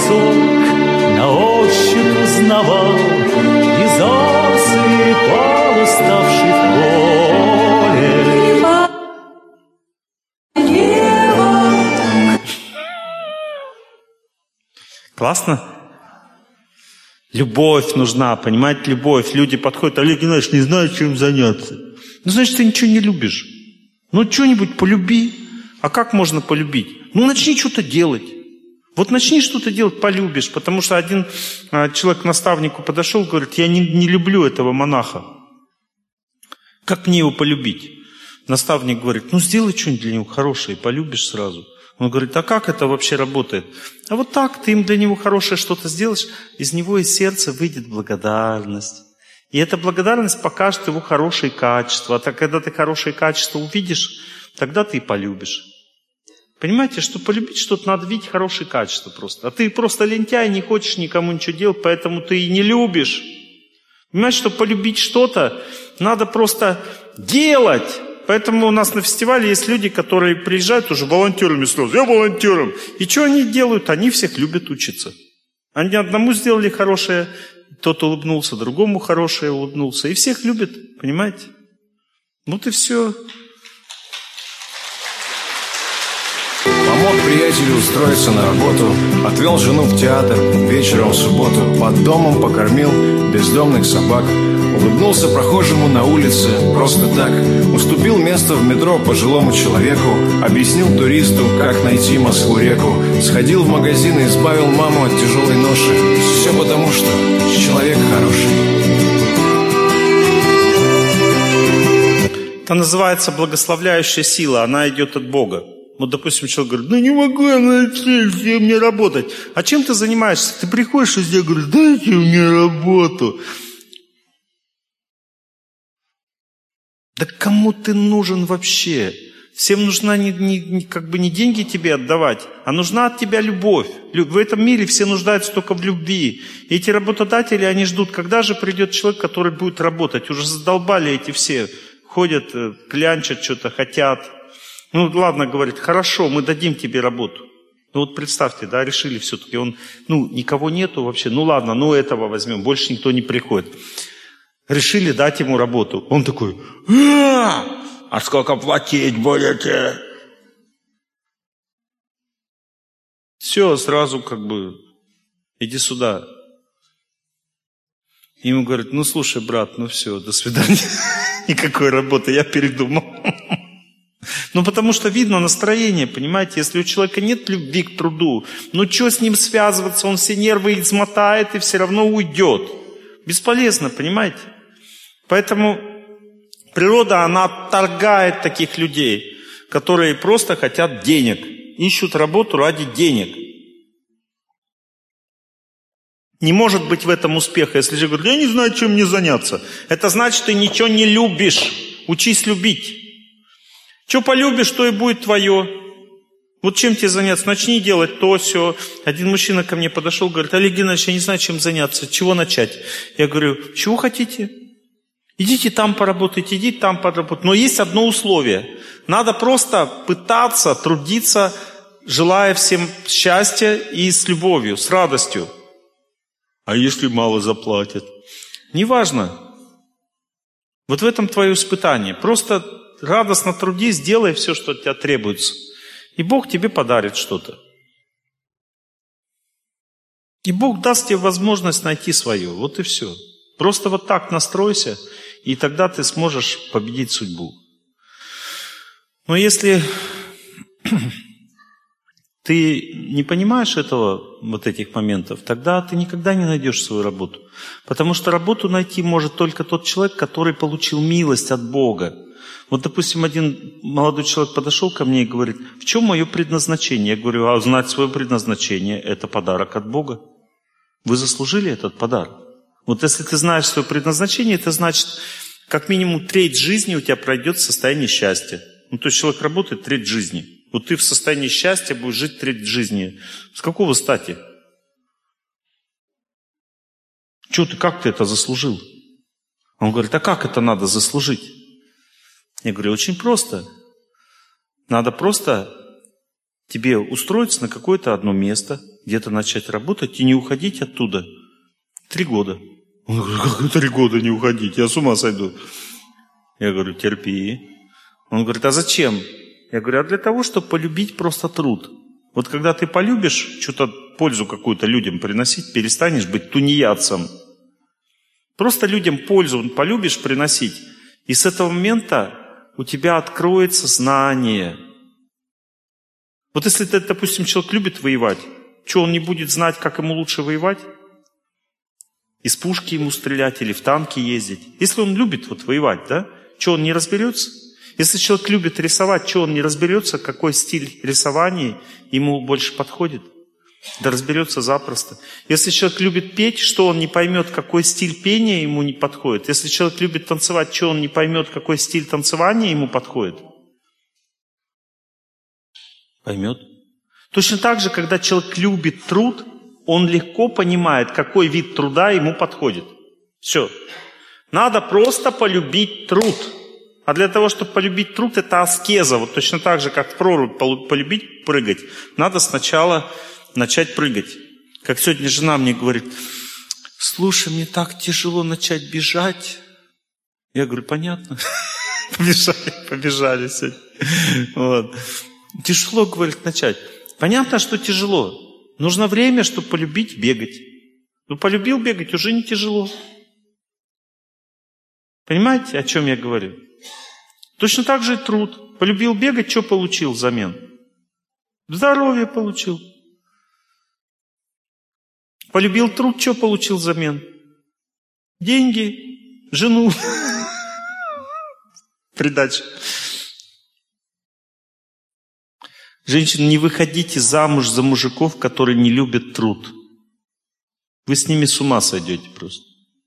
песок на ощупь узнавал и засыпал уставший в поле. Классно? Любовь нужна, понимаете, любовь. Люди подходят: Олег Геннадьевич, не знаю, чем заняться. Ну, значит, ты ничего не любишь. Ну, что-нибудь полюби. А как можно полюбить? Ну, начни что-то делать. Вот начни что-то делать, полюбишь. Потому что один человек к наставнику подошел, говорит: я не люблю этого монаха. Как мне его полюбить? Наставник говорит: ну, сделай что-нибудь для него хорошее, полюбишь сразу. Он говорит: а как это вообще работает? А вот так, ты им для него хорошее что-то сделаешь, из него из сердца выйдет благодарность. И эта благодарность покажет его хорошие качества. А так, когда ты хорошие качества увидишь, тогда ты и полюбишь. Понимаете, что полюбить что-то надо видеть хорошие качества просто. А ты просто лентяй, не хочешь никому ничего делать, поэтому ты и не любишь. Понимаете, что полюбить что-то надо просто делать. Поэтому у нас на фестивале есть люди, которые приезжают уже волонтерами сразу. Я волонтером. И что они делают? Они всех любят учиться. Они одному сделали хорошее, тот улыбнулся, другому хорошее улыбнулся. И всех любят, понимаете? Вот и все. Помог приятелю устроиться на работу, отвел жену в театр вечером в субботу, под домом покормил бездомных собак, улыбнулся прохожему на улице просто так, уступил место в метро пожилому человеку, объяснил туристу, как найти Москву-реку, сходил в магазин и избавил маму от тяжелой ноши. Все потому, что человек хороший. Это называется благословляющая сила, она идет от Бога. Вот, допустим, человек говорит: ну не могу я найти, где мне работать. А чем ты занимаешься? Ты приходишь везде и говоришь: дайте мне работу. Да кому ты нужен вообще? Всем нужна не деньги тебе отдавать, а нужна от тебя любовь. В этом мире все нуждаются только в любви. И эти работодатели, они ждут, когда же придет человек, который будет работать. Уже задолбали эти все. Ходят, клянчат что-то, хотят. Ну ладно, говорит: хорошо, мы дадим тебе работу. Ну вот представьте, да, решили все-таки, никого нету вообще. Ну ладно, этого возьмем, больше никто не приходит. Решили дать ему работу. Он такой: а сколько платить будете? Все, сразу иди сюда. Ему говорят: ну слушай, брат, все, до свидания. Никакой работы, я передумал. Потому что видно настроение, понимаете, если у человека нет любви к труду, что с ним связываться, он все нервы измотает и все равно уйдет. Бесполезно, понимаете? Поэтому природа, она отторгает таких людей, которые просто хотят денег, ищут работу ради денег. Не может быть в этом успеха. Если же говорят: я не знаю, чем мне заняться. Это значит, ты ничего не любишь. Учись любить. Что полюбишь, то и будет твое. Вот чем тебе заняться? Начни делать то, сё. Один мужчина ко мне подошел, говорит: Олег Геннадьевич, я не знаю, чем заняться. Чего начать? Я говорю: чего хотите? Идите там поработайте, идите там поработайте. Но есть одно условие. Надо просто пытаться трудиться, желая всем счастья и с любовью, с радостью. А если мало заплатят? Неважно. Вот в этом твое испытание. Просто радостно трудись, делай все, что от тебя требуется. И Бог тебе подарит что-то. И Бог даст тебе возможность найти свое. Вот и все. Просто вот так настройся, и тогда ты сможешь победить судьбу. Но если ты не понимаешь этих моментов, тогда ты никогда не найдешь свою работу. Потому что работу найти может только тот человек, который получил милость от Бога. Вот, допустим, один молодой человек подошел ко мне и говорит: в чем мое предназначение? Я говорю: а знать свое предназначение – это подарок от Бога. Вы заслужили этот подарок. Вот если ты знаешь свое предназначение, это значит, как минимум треть жизни у тебя пройдет в состоянии счастья. То есть человек работает треть жизни. Вот ты в состоянии счастья будешь жить треть жизни. С какого стати? Как ты это заслужил? Он говорит: а как это надо заслужить? Я говорю: очень просто. Надо просто тебе устроиться на какое-то одно место, где-то начать работать и не уходить оттуда 3 года. Он говорит, как 3 года не уходить? Я с ума сойду. Я говорю, терпи. Он говорит, а зачем? Я говорю, а для того, чтобы полюбить просто труд. Вот когда ты полюбишь что-то, пользу какую-то людям приносить, перестанешь быть тунеядцем. Просто людям пользу полюбишь приносить, и с этого момента у тебя откроется знание. Вот если, допустим, человек любит воевать, что он не будет знать, как ему лучше воевать? Из пушки ему стрелять или в танки ездить? Если он любит вот воевать, да? Что он не разберется? Если человек любит рисовать, что он не разберется, какой стиль рисования ему больше подходит? Да разберется запросто. Если человек любит петь, что он не поймет, какой стиль пения ему не подходит? Если человек любит танцевать, что он не поймет, какой стиль танцевания ему подходит? Поймет. Точно так же, когда человек любит труд, он легко понимает, какой вид труда ему подходит. Все. Надо просто полюбить труд. А для того, чтобы полюбить труд, это аскеза. Вот точно так же, как в прорубь полюбить прыгать, надо сначала начать прыгать. Как сегодня жена мне говорит, слушай, мне так тяжело начать бежать. Я говорю, понятно. Побежали сегодня. Вот. Тяжело, говорит, начать. Понятно, что тяжело. Нужно время, чтобы полюбить бегать. Ну, полюбил бегать, уже не тяжело. Понимаете, о чем я говорю? Точно так же и труд. Полюбил бегать, что получил взамен? Здоровье получил. Полюбил труд, что получил взамен? Деньги, жену. Придача. Женщины, не выходите замуж за мужиков, которые не любят труд. Вы с ними с ума сойдете просто.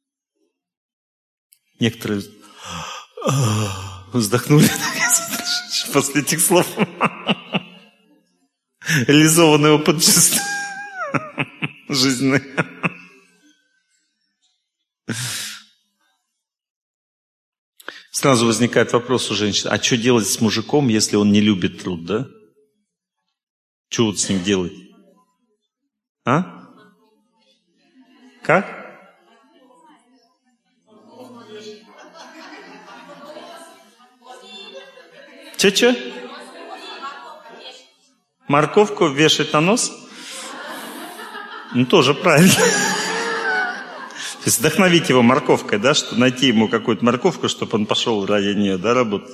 Некоторые вздохнули после этих слов. Реализованный опыт чувств жизненный. Сразу возникает вопрос у женщин, а что делать с мужиком, если он не любит труд, да? Что вот с ним делать? А? Как? Че? Морковку вешать на нос? Ну, тоже правильно. То есть вдохновить его морковкой, да, что найти ему какую-то морковку, чтобы он пошел ради нее, да, работать.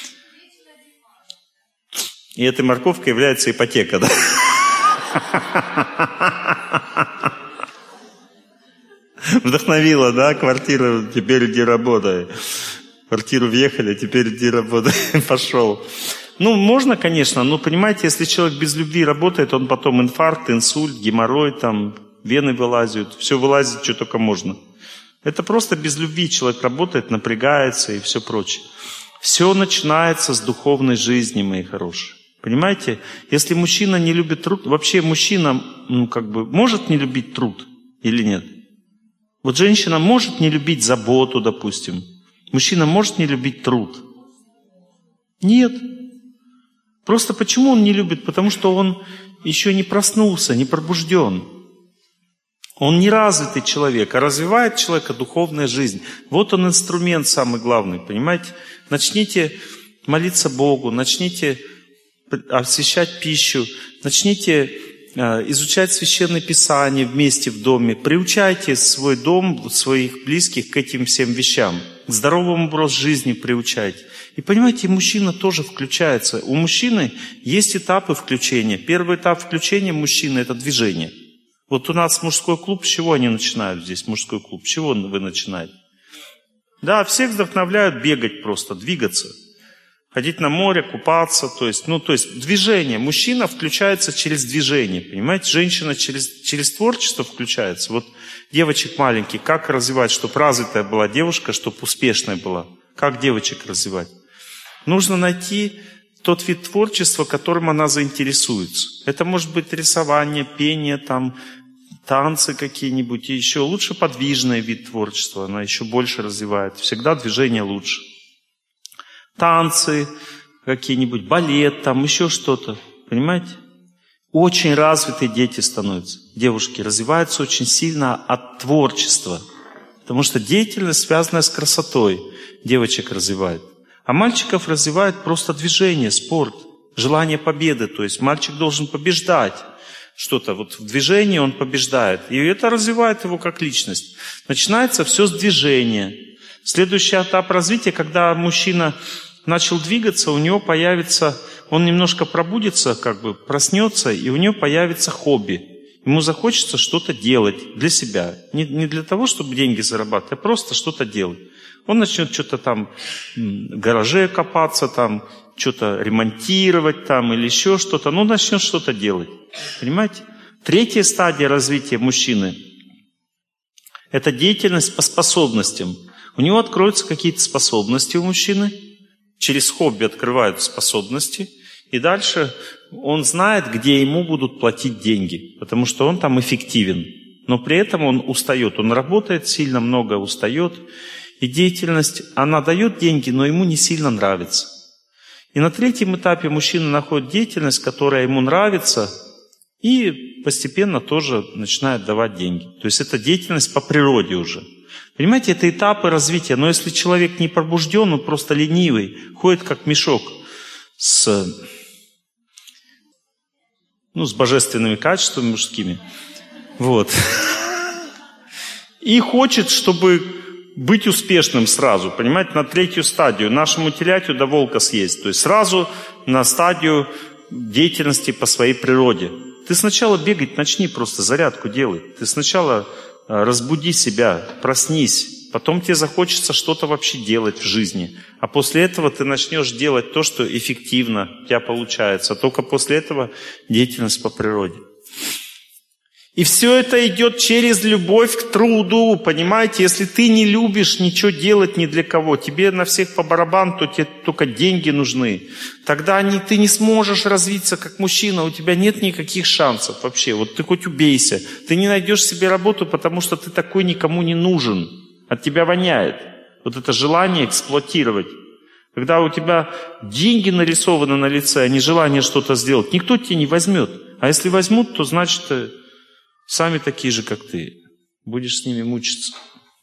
И этой морковкой является ипотека, да? Вдохновила, да, квартира, теперь иди работай. Квартиру въехали, теперь иди работай. Пошел. Ну, можно, конечно, но, понимаете, если человек без любви работает, он потом инфаркт, инсульт, геморрой, там, вены вылазят, все вылазит, что только можно. Это просто без любви человек работает, напрягается и все прочее. Все начинается с духовной жизни, мои хорошие. Понимаете? Если мужчина не любит труд, вообще мужчина, может не любить труд или нет? Вот женщина может не любить заботу, допустим. Мужчина может не любить труд? Нет. Просто почему он не любит? Потому что он еще не проснулся, не пробужден. Он не развитый человек, а развивает человека духовная жизнь. Вот он инструмент самый главный, понимаете? Начните молиться Богу, начните освящать пищу, начните изучать Священное Писание вместе в доме, приучайте свой дом, своих близких к этим всем вещам, к здоровому образу жизни приучайте. И понимаете, мужчина тоже включается. У мужчины есть этапы включения. Первый этап включения мужчины – это движение. Вот у нас мужской клуб, с чего они начинают здесь, мужской клуб? С чего вы начинаете? Да, всех вдохновляют бегать просто, двигаться. Ходить на море, купаться, то есть движение. Мужчина включается через движение, понимаете? Женщина через творчество включается. Вот девочек маленьких, как развивать, чтобы развитая была девушка, чтобы успешная была? Как девочек развивать? Нужно найти тот вид творчества, которым она заинтересуется. Это может быть рисование, пение, танцы какие-нибудь, и еще лучше подвижный вид творчества, она еще больше развивает. Всегда движение лучше. Танцы какие-нибудь, балет, еще что-то. Понимаете? Очень развитые дети становятся. Девушки развиваются очень сильно от творчества. Потому что деятельность, связанная с красотой, девочек развивает. А мальчиков развивает просто движение, спорт, желание победы. То есть мальчик должен побеждать что-то. Вот в движении он побеждает. И это развивает его как личность. Начинается все с движения. Следующий этап развития, когда мужчина начал двигаться, у него появится, он немножко пробудится, проснется, и у него появится хобби. Ему захочется что-то делать для себя. Не для того, чтобы деньги зарабатывать, а просто что-то делать. Он начнет что-то там в гараже копаться, там что-то ремонтировать там, или еще что-то. Ну, начнет что-то делать. Понимаете? Третья стадия развития мужчины – это деятельность по способностям. У него откроются какие-то способности у мужчины. Через хобби открывают способности. И дальше он знает, где ему будут платить деньги. Потому что он там эффективен. Но при этом он устает. Он работает сильно, много устает. И деятельность, она дает деньги, но ему не сильно нравится. И на третьем этапе мужчина находит деятельность, которая ему нравится, и постепенно тоже начинает давать деньги. То есть это деятельность по природе уже. Понимаете, это этапы развития. Но если человек не пробужден, он просто ленивый, ходит как мешок с божественными качествами мужскими. Вот. И хочет, чтобы быть успешным сразу, понимаете, на третью стадию. Нашему телятю до волка съесть. То есть сразу на стадию деятельности по своей природе. Ты сначала бегать начни, просто зарядку делай. Ты сначала разбуди себя, проснись. Потом тебе захочется что-то вообще делать в жизни. А после этого ты начнешь делать то, что эффективно у тебя получается. А только после этого деятельность по природе. И все это идет через любовь к труду, понимаете? Если ты не любишь ничего делать ни для кого, тебе на всех по барабану, то тебе только деньги нужны. Тогда ты не сможешь развиться как мужчина, у тебя нет никаких шансов вообще. Вот ты хоть убейся. Ты не найдешь себе работу, потому что ты такой никому не нужен. От тебя воняет. Вот это желание эксплуатировать. Когда у тебя деньги нарисованы на лице, а не желание что-то сделать, никто тебя не возьмет. А если возьмут, то значит... Сами такие же, как ты. Будешь с ними мучиться.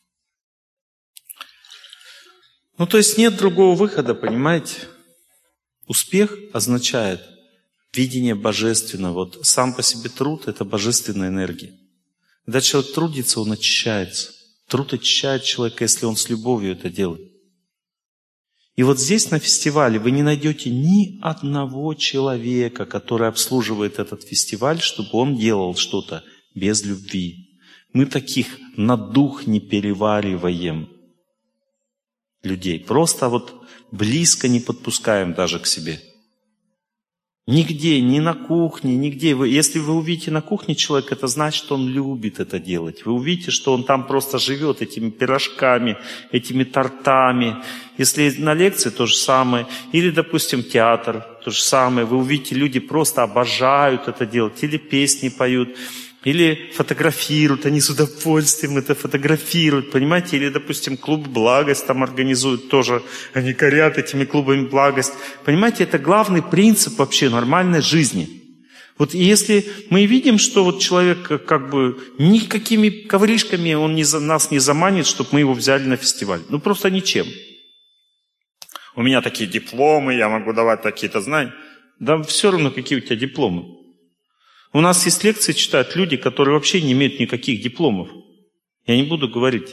То есть нет другого выхода, понимаете? Успех означает видение божественного. Вот сам по себе труд – это божественная энергия. Когда человек трудится, он очищается. Труд очищает человека, если он с любовью это делает. И вот здесь на фестивале вы не найдете ни одного человека, который обслуживает этот фестиваль, чтобы он делал что-то без любви. Мы таких на дух не перевариваем людей. Просто близко не подпускаем даже к себе. Нигде, ни на кухне, нигде. Если вы увидите на кухне человека, это значит, что он любит это делать. Вы увидите, что он там просто живет этими пирожками, этими тортами. Если на лекции, то же самое. Или, допустим, театр, то же самое. Вы увидите, люди просто обожают это делать. Или песни поют. Или фотографируют, они с удовольствием это фотографируют, понимаете? Или, допустим, клуб «Благость» там организуют тоже, они горят этими клубами «Благость». Понимаете, это главный принцип вообще нормальной жизни. Вот если мы видим, что человек никакими ковришками он нас не заманит, чтобы мы его взяли на фестиваль. Просто ничем. У меня такие дипломы, я могу давать такие-то знания. Да все равно, какие у тебя дипломы. У нас есть лекции, читают люди, которые вообще не имеют никаких дипломов. Я не буду говорить.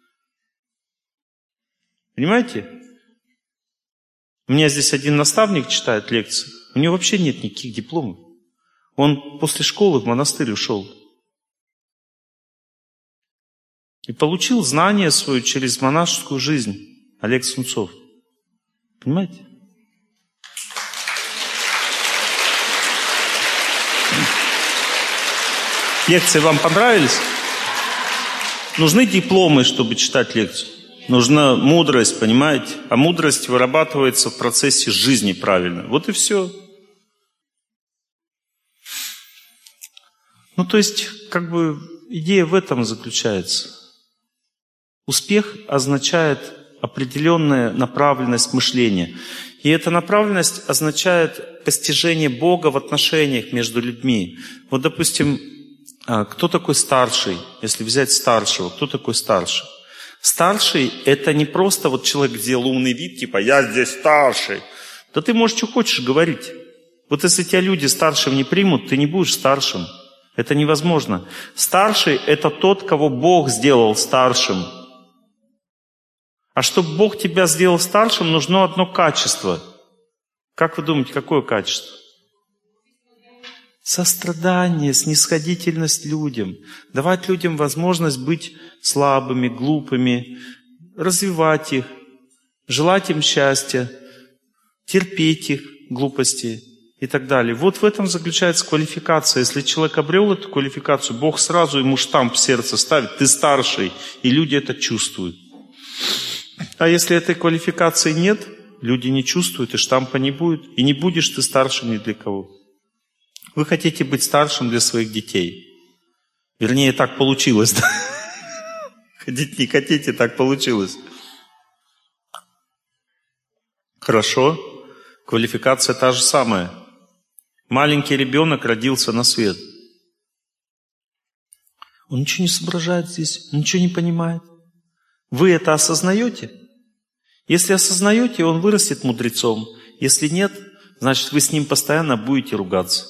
Понимаете? У меня здесь один наставник читает лекции. У него вообще нет никаких дипломов. Он после школы в монастырь ушел. И получил знание свое через монашескую жизнь. Олег Сунцов. Понимаете? Лекции вам понравились? Нужны дипломы, чтобы читать лекцию. Нужна мудрость, понимаете? А мудрость вырабатывается в процессе жизни правильно. Вот и все. То есть, идея в этом заключается. Успех означает определенная направленность мышления. И эта направленность означает постижение Бога в отношениях между людьми. Вот, допустим, кто такой старший? Если взять старшего, кто такой старший? Старший – это не просто вот человек сделал умный вид, типа «я здесь старший». Да ты можешь, что хочешь говорить. Вот если тебя люди старшим не примут, ты не будешь старшим. Это невозможно. Старший – это тот, кого Бог сделал старшим. А чтобы Бог тебя сделал старшим, нужно одно качество. Как вы думаете, какое качество? Сострадание, снисходительность людям. Давать людям возможность быть слабыми, глупыми, развивать их, желать им счастья, терпеть их глупости и так далее. Вот в этом заключается квалификация. Если человек обрел эту квалификацию, Бог сразу ему штамп в сердце ставит: ты старший, и люди это чувствуют. А если этой квалификации нет, люди не чувствуют, и штампа не будет, и не будешь ты старшим ни для кого. Вы хотите быть старшим для своих детей. Вернее, так получилось. Да? Хотите, не хотите, так получилось. Хорошо. Квалификация та же самая. Маленький ребенок родился на свет. Он ничего не соображает здесь, он ничего не понимает. Вы это осознаете? Если осознаете, он вырастет мудрецом. Если нет, значит, вы с ним постоянно будете ругаться.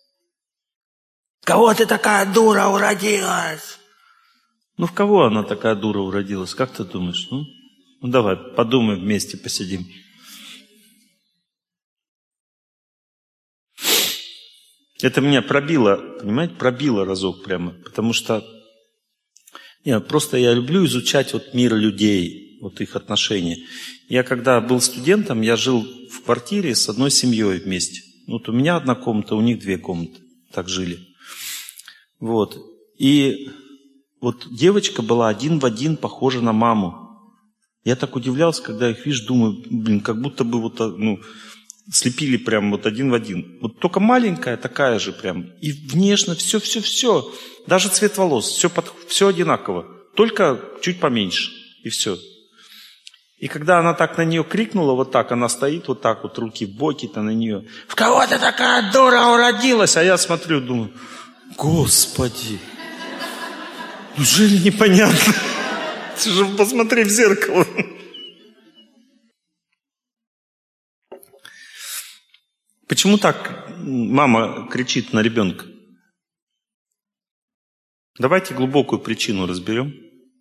Кого ты такая дура уродилась? Ну, в кого она такая дура уродилась? Как ты думаешь? Ну давай, подумаем вместе, посидим. Это меня пробило, понимаете, пробило разок прямо. Потому что я люблю изучать вот мир людей, вот их отношения. Я когда был студентом, я жил в квартире с одной семьей вместе. Вот у меня одна комната, у них 2 комнаты. Так жили. Вот. И вот девочка была один в один похожа на маму. Я так удивлялся, когда их вижу, думаю, как будто бы вот, слепили прям вот один в один. Вот только маленькая такая же прям. И внешне все. Даже цвет волос, все одинаково. Только чуть поменьше. И все. И когда она так на нее крикнула, вот так, она стоит вот так вот, руки в боки-то на нее. В кого ты такая дура уродилась? А я смотрю, думаю, Господи, неужели непонятно? Ты же посмотри в зеркало. Почему так мама кричит на ребенка? Давайте глубокую причину разберем.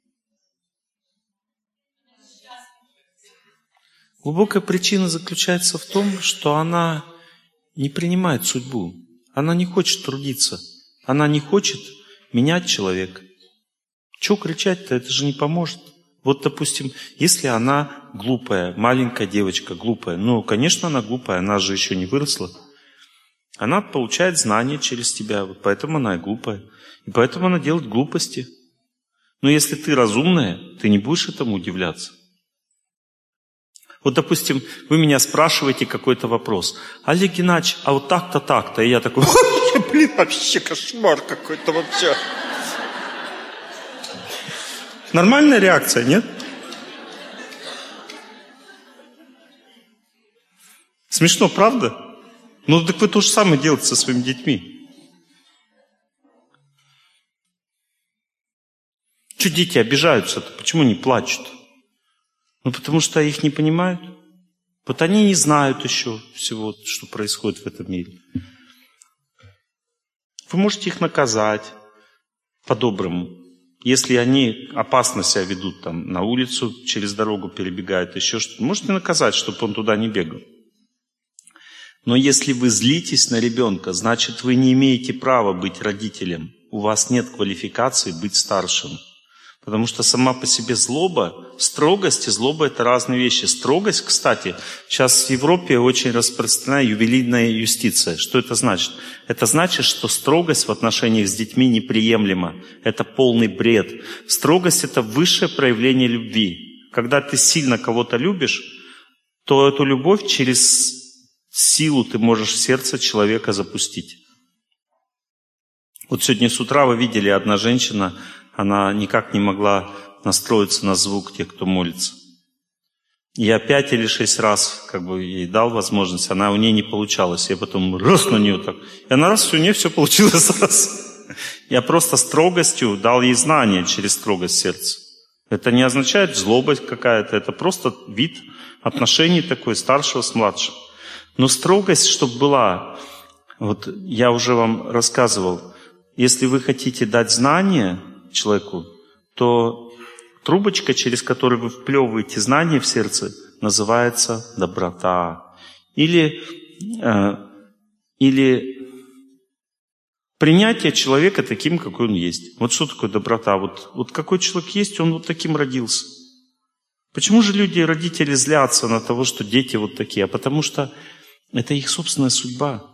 Глубокая причина заключается в том, что она не принимает судьбу. Она не хочет трудиться. Она не хочет менять человека. Чего кричать-то? Это же не поможет. Вот, допустим, если она глупая, маленькая девочка глупая, конечно, она глупая, она же еще не выросла. Она получает знания через тебя, вот поэтому она и глупая. И поэтому она делает глупости. Но если ты разумная, ты не будешь этому удивляться. Вот, допустим, вы меня спрашиваете какой-то вопрос. Олег Геннадьевич, а вот так-то, так-то. И я такой, вообще кошмар какой-то вообще. Нормальная реакция, нет? Смешно, правда? Так вы то же самое делаете со своими детьми. Чего дети обижаются-то? Почему не плачут? Потому что их не понимают. Вот они не знают еще всего, что происходит в этом мире. Вы можете их наказать по-доброму. Если они опасно себя ведут, на улицу через дорогу перебегают, еще что-то, можете наказать, чтобы он туда не бегал. Но если вы злитесь на ребенка, значит, вы не имеете права быть родителем. У вас нет квалификации быть старшим. Потому что сама по себе злоба, строгость и злоба – это разные вещи. Строгость, кстати, сейчас в Европе очень распространена ювенильная юстиция. Что это значит? Это значит, что строгость в отношениях с детьми неприемлема. Это полный бред. Строгость – это высшее проявление любви. Когда ты сильно кого-то любишь, то эту любовь через силу ты можешь в сердце человека запустить. Вот сегодня с утра вы видели, одна женщина, она никак не могла настроиться на звук тех, кто молится. Я 5 или 6 раз ей дал возможность, у нее не получалось. Я потом раз на нее так. И она раз, у нее все получилось раз. Я просто строгостью дал ей знания через строгость сердца. Это не означает злобость какая-то, это просто вид отношений такой, старшего с младшим. Но строгость, чтобы была, я уже вам рассказывал, если вы хотите дать знания человеку, то трубочка, через которую вы вплевываете знания в сердце, называется доброта. Или принятие человека таким, какой он есть. Вот что такое доброта? Вот какой человек есть, он вот таким родился. Почему же родители злятся на того, что дети вот такие? А потому что это их собственная судьба.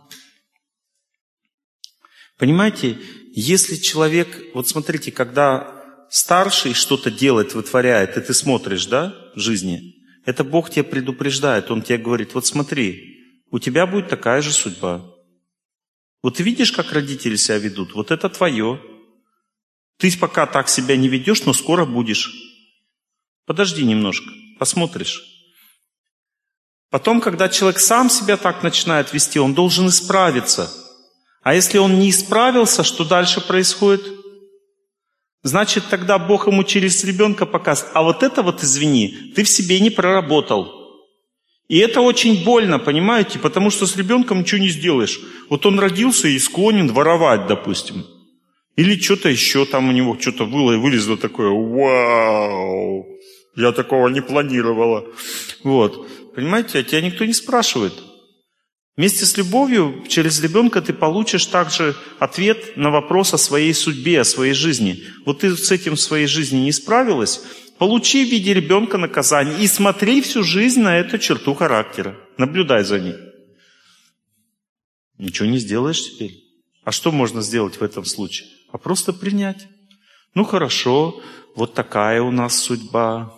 Понимаете, если человек... Вот смотрите, когда старший что-то делает, вытворяет, и ты смотришь, в жизни, это Бог тебя предупреждает. Он тебе говорит, вот смотри, у тебя будет такая же судьба. Вот ты видишь, как родители себя ведут? Вот это твое. Ты пока так себя не ведешь, но скоро будешь. Подожди немножко, посмотришь. Потом, когда человек сам себя так начинает вести, он должен исправиться. А если он не исправился, что дальше происходит? Значит, тогда Бог ему через ребенка показывает, а вот это извини, ты в себе не проработал. И это очень больно, понимаете, потому что с ребенком ничего не сделаешь. Вот он родился и склонен воровать, допустим. Или что-то еще там у него, что-то вылезло такое, вау, я такого не планировала. Понимаете, а тебя никто не спрашивает. Вместе с любовью через ребенка ты получишь также ответ на вопрос о своей судьбе, о своей жизни. Вот ты с этим в своей жизни не справилась, получи в виде ребенка наказание и смотри всю жизнь на эту черту характера. Наблюдай за ней. Ничего не сделаешь теперь. А что можно сделать в этом случае? А просто принять. Хорошо, вот такая у нас судьба.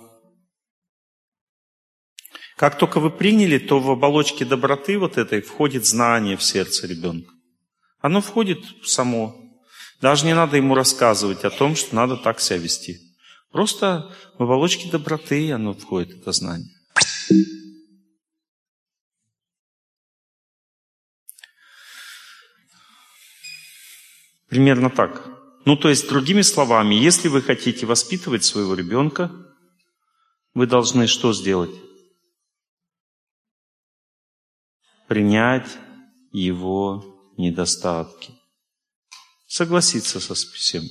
Как только вы приняли, то в оболочке доброты этой входит знание в сердце ребенка. Оно входит само. Даже не надо ему рассказывать о том, что надо так себя вести. Просто в оболочке доброты оно входит, это знание. Примерно так. То есть, другими словами, если вы хотите воспитывать своего ребенка, вы должны что сделать? Принять его недостатки. Согласиться со всем.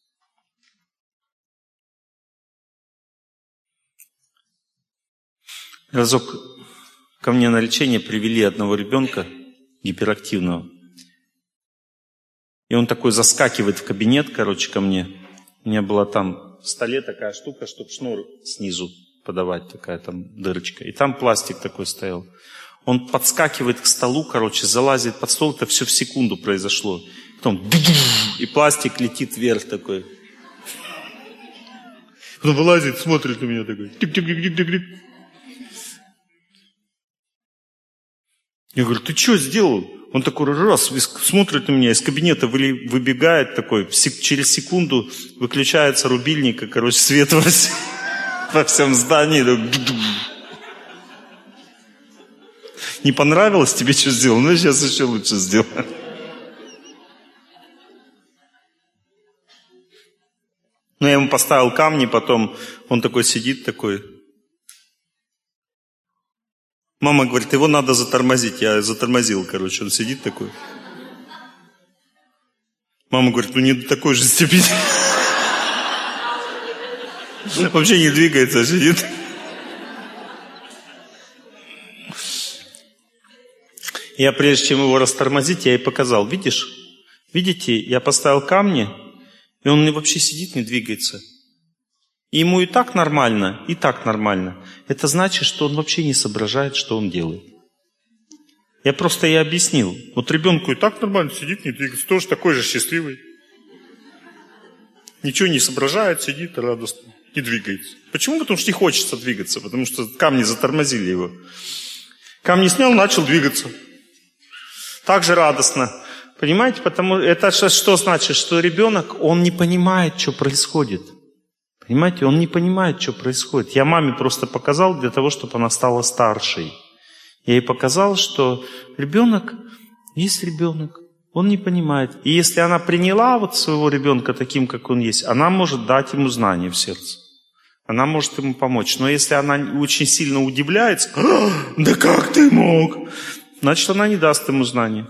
Разок ко мне на лечение привели одного ребенка гиперактивного. И он такой заскакивает в кабинет, ко мне. У меня была там в столе такая штука, чтобы шнур снизу подавать, такая там дырочка. И там пластик такой стоял. Он подскакивает к столу, залазит под стол, это все в секунду произошло. Потом и пластик летит вверх такой. Он вылазит, смотрит на меня такой. Тик-тик-тик-тик-тик. Я говорю, ты что сделал? Он такой раз смотрит на меня, из кабинета выбегает такой, через секунду выключается рубильник, и, свет во всем здании. Не понравилось тебе, что сделал? Сейчас еще лучше сделаю. Я ему поставил камни, потом он такой сидит, такой. Мама говорит, его надо затормозить. Я затормозил, он сидит такой. Мама говорит, не до такой же степени. Вообще не двигается, сидит. Я прежде чем его растормозить, я ей показал. Видите, я поставил камни, и он вообще сидит, не двигается. И ему и так нормально, и так нормально. Это значит, что он вообще не соображает, что он делает. Я просто ей объяснил. Ребенку и так нормально сидит, не двигается, тоже такой же счастливый. Ничего не соображает, сидит радостно, не двигается. Почему? Потому что не хочется двигаться, потому что камни затормозили его. Камни снял, начал двигаться. Так же радостно. Понимаете? Потому это что значит? Что ребенок, он не понимает, что происходит. Понимаете, он не понимает, что происходит. Я маме просто показал для того, чтобы она стала старшей. Я ей показал, что ребенок есть ребенок. Он не понимает. И если она приняла вот своего ребенка таким, как он есть, она может дать ему знания в сердце. Она может ему помочь. Но если она очень сильно удивляется, да как ты мог? Значит, она не даст ему знаний.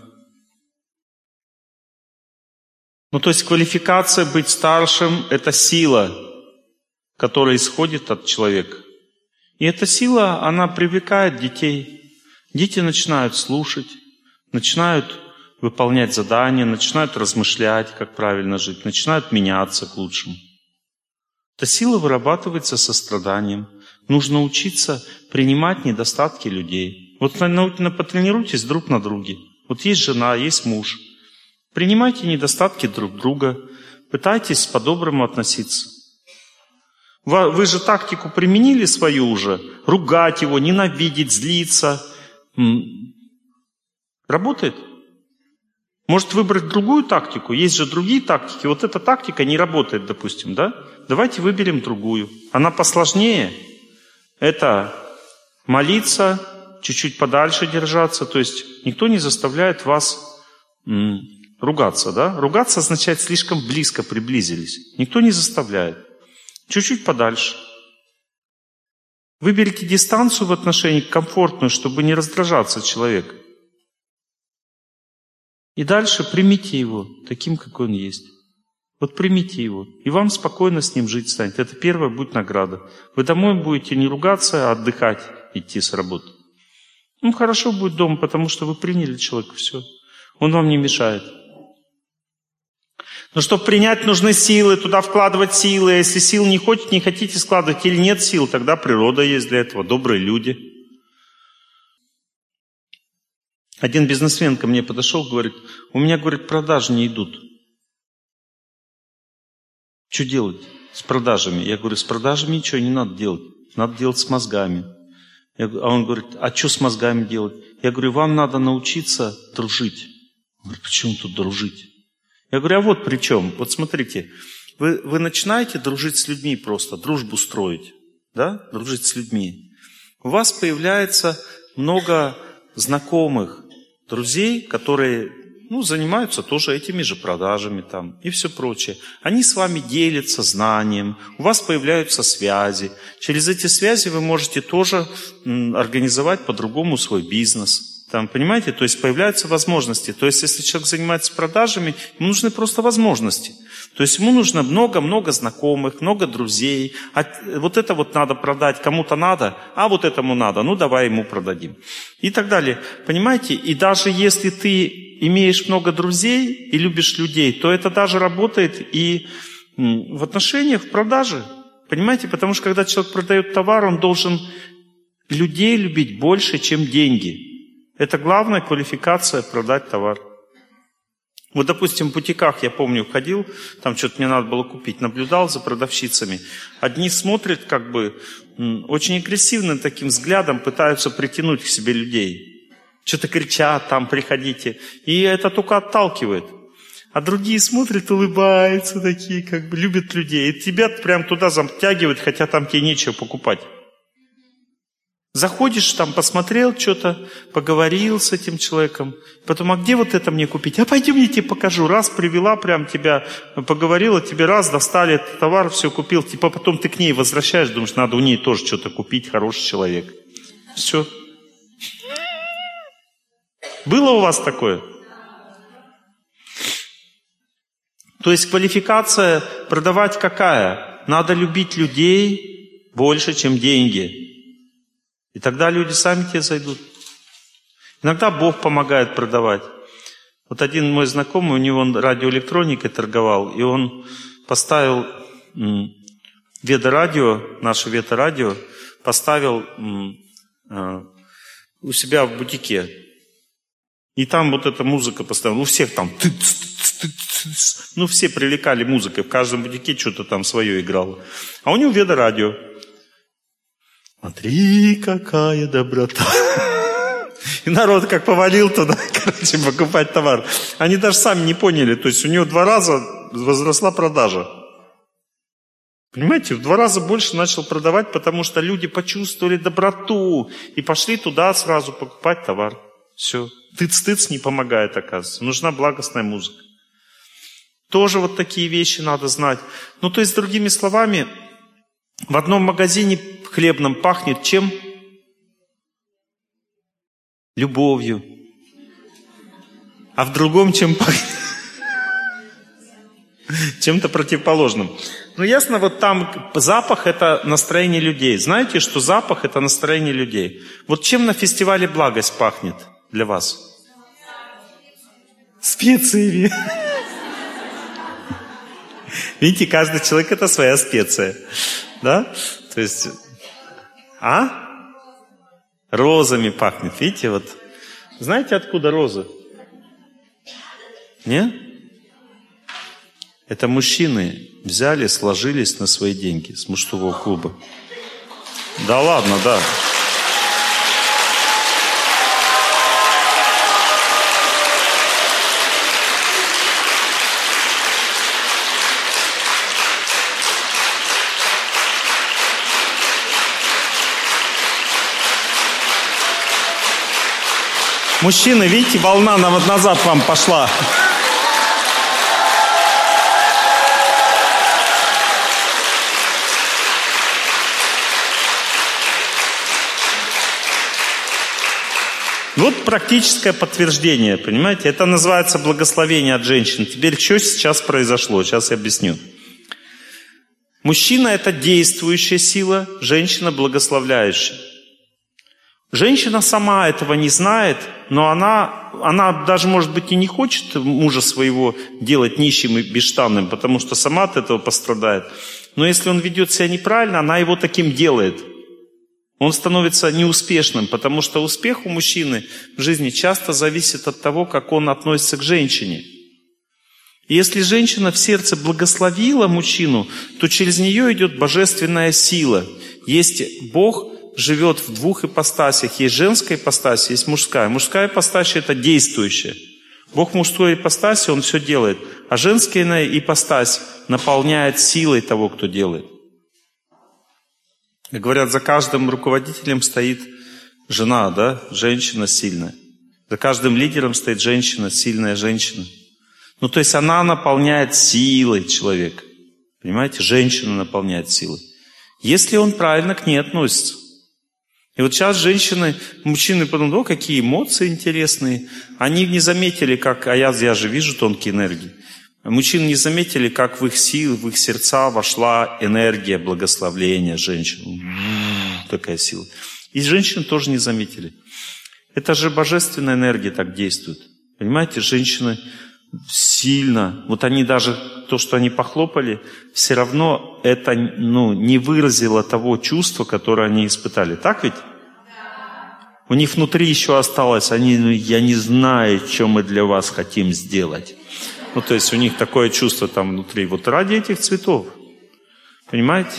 Ну, то есть квалификация быть старшим – это сила, которая исходит от человека. И эта сила, она привлекает детей. Дети начинают слушать, начинают выполнять задания, начинают размышлять, как правильно жить, начинают меняться к лучшему. Эта сила вырабатывается состраданием. Нужно учиться принимать недостатки людей. Вот потренируйтесь друг на друге. Вот есть жена, есть муж. Принимайте недостатки друг друга. Пытайтесь по-доброму относиться. Вы же тактику применили свою уже. Ругать его, ненавидеть, злиться. Работает? Может выбрать другую тактику? Есть же другие тактики. Вот эта тактика не работает, допустим, да? Давайте выберем другую. Она посложнее. Это молиться, чуть-чуть подальше держаться. То есть никто не заставляет вас ругаться, да? Ругаться означает слишком близко приблизились. Никто не заставляет. Чуть-чуть подальше. Выберите дистанцию в отношении комфортную, чтобы не раздражаться человек. И дальше примите его таким, какой он есть. Вот примите его. И вам спокойно с ним жить станет. Это первая будет награда. Вы домой будете не ругаться, а отдыхать, идти с работы. Ну, хорошо будет дома, потому что вы приняли человека, все. Он вам не мешает. Но чтобы принять, нужны силы, туда вкладывать силы. Если сил не хотите складывать или нет сил, тогда природа есть для этого, добрые люди. Один бизнесмен ко мне подошел, говорит, у меня, говорит, продажи не идут. Что делать с продажами? Я говорю, с продажами ничего не надо делать. Надо делать с мозгами. А он говорит, а что с мозгами делать? Я говорю, вам надо научиться дружить. Он говорит, почему тут дружить? Я говорю, а вот при чем? Вот смотрите, вы начинаете дружить с людьми просто, дружбу строить, да? Дружить с людьми. У вас появляется много знакомых друзей, которые занимаются тоже этими же продажами там, и все прочее. Они с вами делятся знанием, у вас появляются связи. Через эти связи вы можете тоже организовать по-другому свой бизнес. Там, понимаете, то есть появляются возможности. То есть если человек занимается продажами, ему нужны просто возможности. То есть ему нужно много-много знакомых, много друзей. А вот это вот надо продать, кому-то надо, а вот этому надо, ну давай ему продадим. И так далее. Понимаете, и даже если ты имеешь много друзей и любишь людей, то это даже работает и в отношениях, в продаже. Понимаете, потому что когда человек продает товар, он должен людей любить больше, чем деньги. Это главная квалификация – продать товар. Вот, допустим, в бутиках, я помню, ходил, там что-то мне надо было купить, наблюдал за продавщицами. Одни смотрят как бы очень агрессивным таким взглядом, пытаются притянуть к себе людей. Что-то кричат, там, приходите. И это только отталкивает. А другие смотрят, улыбаются такие, как бы любят людей. И тебя прям туда затягивают, хотя там тебе нечего покупать. Заходишь там, посмотрел что-то, поговорил с этим человеком. Потом, а где вот это мне купить? А пойдем, я тебе покажу. Раз привела, прям тебя поговорила, тебе раз достали этот товар, все купил. Типа потом ты к ней возвращаешь, думаешь, надо у ней тоже что-то купить, хороший человек. Все. Было у вас такое? То есть квалификация продавать какая? Надо любить людей больше, чем деньги. И тогда люди сами тебе зайдут. Иногда Бог помогает продавать. Вот один мой знакомый, у него радиоэлектроникой торговал, и он поставил Веда-радио, наше Веда-радио, поставил у себя в бутике. И там вот эта музыка поставила. У всех там... Ну, все привлекали музыкой. В каждом бутике что-то там свое играло. А у него Веда-радио. Смотри, какая доброта. И народ как повалил туда, короче, покупать товар. Они даже сами не поняли. То есть у него 2 раза возросла продажа. Понимаете, в 2 раза больше начал продавать, потому что люди почувствовали доброту и пошли туда сразу покупать товар. Все. Тыц-тыц не помогает, оказывается. Нужна благостная музыка. Тоже вот такие вещи надо знать. Ну, то есть, другими словами, в одном магазине хлебном пахнет чем? Любовью. А в другом чем пахнет? Чем-то противоположным. Ну, ясно, вот там запах – это настроение людей. Знаете, что запах – это настроение людей? Вот чем на фестивале «Благость» пахнет для вас? Специями. Видите, каждый человек – это своя специя. Да? То есть, розами пахнет. Видите, вот. Знаете, откуда розы? Не? Это мужчины взяли, сложились на свои деньги с мужского клуба. Да ладно, да. Мужчины, видите, волна назад вам пошла. Вот практическое подтверждение, понимаете? Это называется благословение от женщин. Теперь что сейчас произошло? Сейчас я объясню. Мужчина – это действующая сила, женщина – благословляющая. Женщина сама этого не знает, но она даже, может быть, и не хочет мужа своего делать нищим и бесштанным, потому что сама от этого пострадает. Но если он ведет себя неправильно, она его таким делает. Он становится неуспешным, потому что успех у мужчины в жизни часто зависит от того, как он относится к женщине. И если женщина в сердце благословила мужчину, то через нее идет божественная сила. Есть Бог живет в 2 ипостасях. Есть женская ипостась, есть мужская. Мужская ипостась – это действующая. Бог в мужской ипостаси, Он все делает. А женская ипостась наполняет силой того, кто делает. Говорят, за каждым руководителем стоит жена, да, женщина сильная. За каждым лидером стоит женщина, сильная женщина. Ну, то есть она наполняет силой человека. Понимаете, женщина наполняет силой. Если он правильно к ней относится. И вот сейчас мужчины подумают, какие эмоции интересные. Они не заметили, как, я же вижу тонкие энергии. Мужчины не заметили, как в их силы, в их сердца вошла энергия благословления женщин. Такая сила. И женщины тоже не заметили. Это же божественная энергия так действует. Понимаете, женщины сильно, вот они даже, то, что они похлопали, все равно это не выразило того чувства, которое они испытали. Так ведь? У них внутри еще осталось, я не знаю, что мы для вас хотим сделать. Ну, то есть у них такое чувство там внутри. Вот ради этих цветов. Понимаете?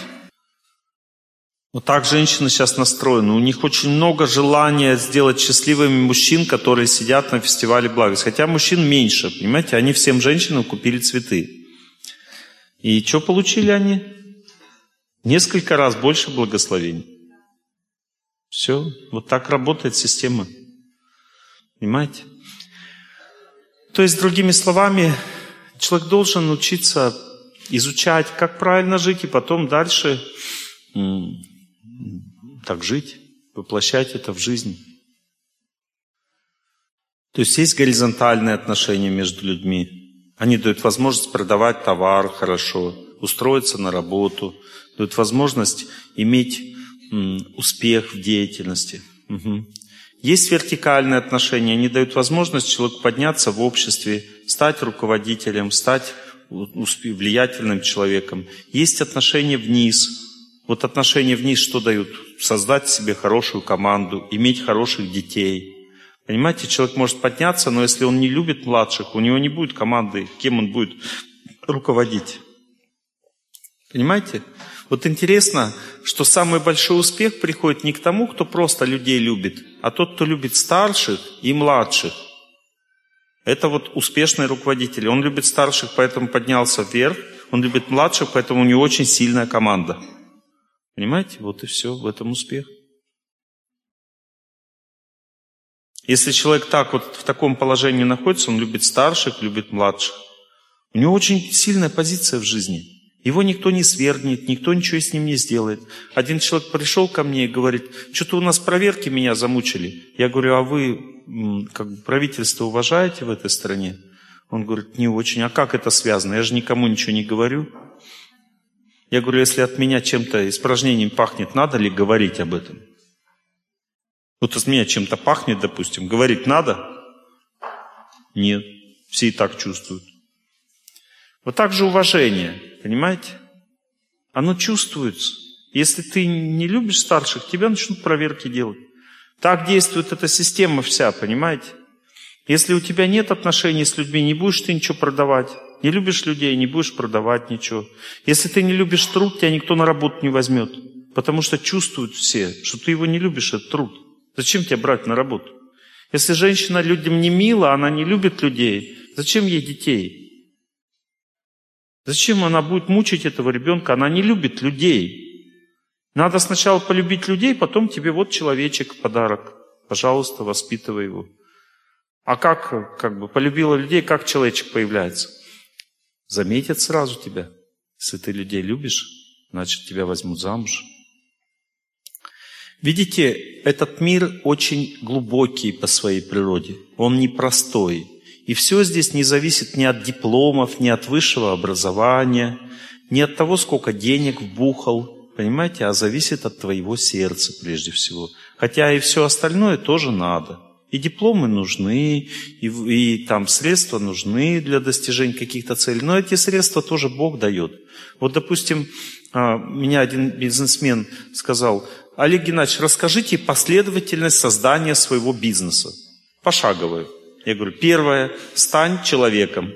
Вот так женщины сейчас настроены. У них очень много желания сделать счастливыми мужчин, которые сидят на фестивале благости. Хотя мужчин меньше, понимаете? Они всем женщинам купили цветы. И что получили они? Несколько раз больше благословений. Все. Вот так работает система. Понимаете? То есть, другими словами, человек должен учиться изучать, как правильно жить, и потом дальше так жить, воплощать это в жизнь. То есть есть горизонтальные отношения между людьми. Они дают возможность продавать товар хорошо, устроиться на работу, дают возможность иметь успех в деятельности. Угу. Есть вертикальные отношения, они дают возможность человеку подняться в обществе, стать руководителем, стать влиятельным человеком. Есть отношения вниз. Вот отношения вниз что дают? Создать себе хорошую команду, иметь хороших детей. Понимаете, человек может подняться, но если он не любит младших, у него не будет команды, кем он будет руководить. Понимаете? Вот интересно, что самый большой успех приходит не к тому, кто просто людей любит, а тот, кто любит старших и младших. Это вот успешный руководитель. Он любит старших, поэтому поднялся вверх. он любит младших, поэтому у него очень сильная команда. Понимаете? Вот и все, в этом успех. Если человек так вот в таком положении находится, он любит старших, любит младших. У него очень сильная позиция в жизни. Его никто не свергнет, никто ничего с ним не сделает. Один человек пришел ко мне и говорит: что-то у нас проверки меня замучили. Я говорю: а вы как бы правительство уважаете в этой стране? Он говорит: не очень. А как это связано? Я же никому ничего не говорю. Я говорю: если от меня чем-то испражнением пахнет, надо ли говорить об этом? Вот от меня чем-то пахнет, допустим, говорить надо? Нет, все и так чувствуют. Вот так же уважение, понимаете? Оно чувствуется. Если ты не любишь старших, тебя начнут проверки делать. Так действует эта система вся, понимаете? Если у тебя нет отношений с людьми, не будешь ты ничего продавать. Не любишь людей, не будешь продавать ничего. Если ты не любишь труд, тебя никто на работу не возьмет. Потому что чувствуют все, что ты его не любишь, этот труд. Зачем тебя брать на работу? Если женщина людям не мила, она не любит людей, зачем ей детей? Зачем она будет мучить этого ребенка? Она не любит людей. Надо сначала полюбить людей, потом тебе вот человечек в подарок. Пожалуйста, воспитывай его. А как бы полюбила людей, как человечек появляется? Заметят сразу тебя. Если ты людей любишь, значит тебя возьмут замуж. Видите, этот мир очень глубокий по своей природе. Он непростой. И все здесь не зависит ни от дипломов, ни от высшего образования, ни от того, сколько денег вбухал, понимаете, а зависит от твоего сердца прежде всего. Хотя и все остальное тоже надо. И дипломы нужны, и там средства нужны для достижения каких-то целей. Но эти средства тоже Бог дает. Вот, допустим, меня один бизнесмен сказал: Олег Геннадьевич, расскажите последовательность создания своего бизнеса. Пошаговую. Я говорю: первое, стань человеком.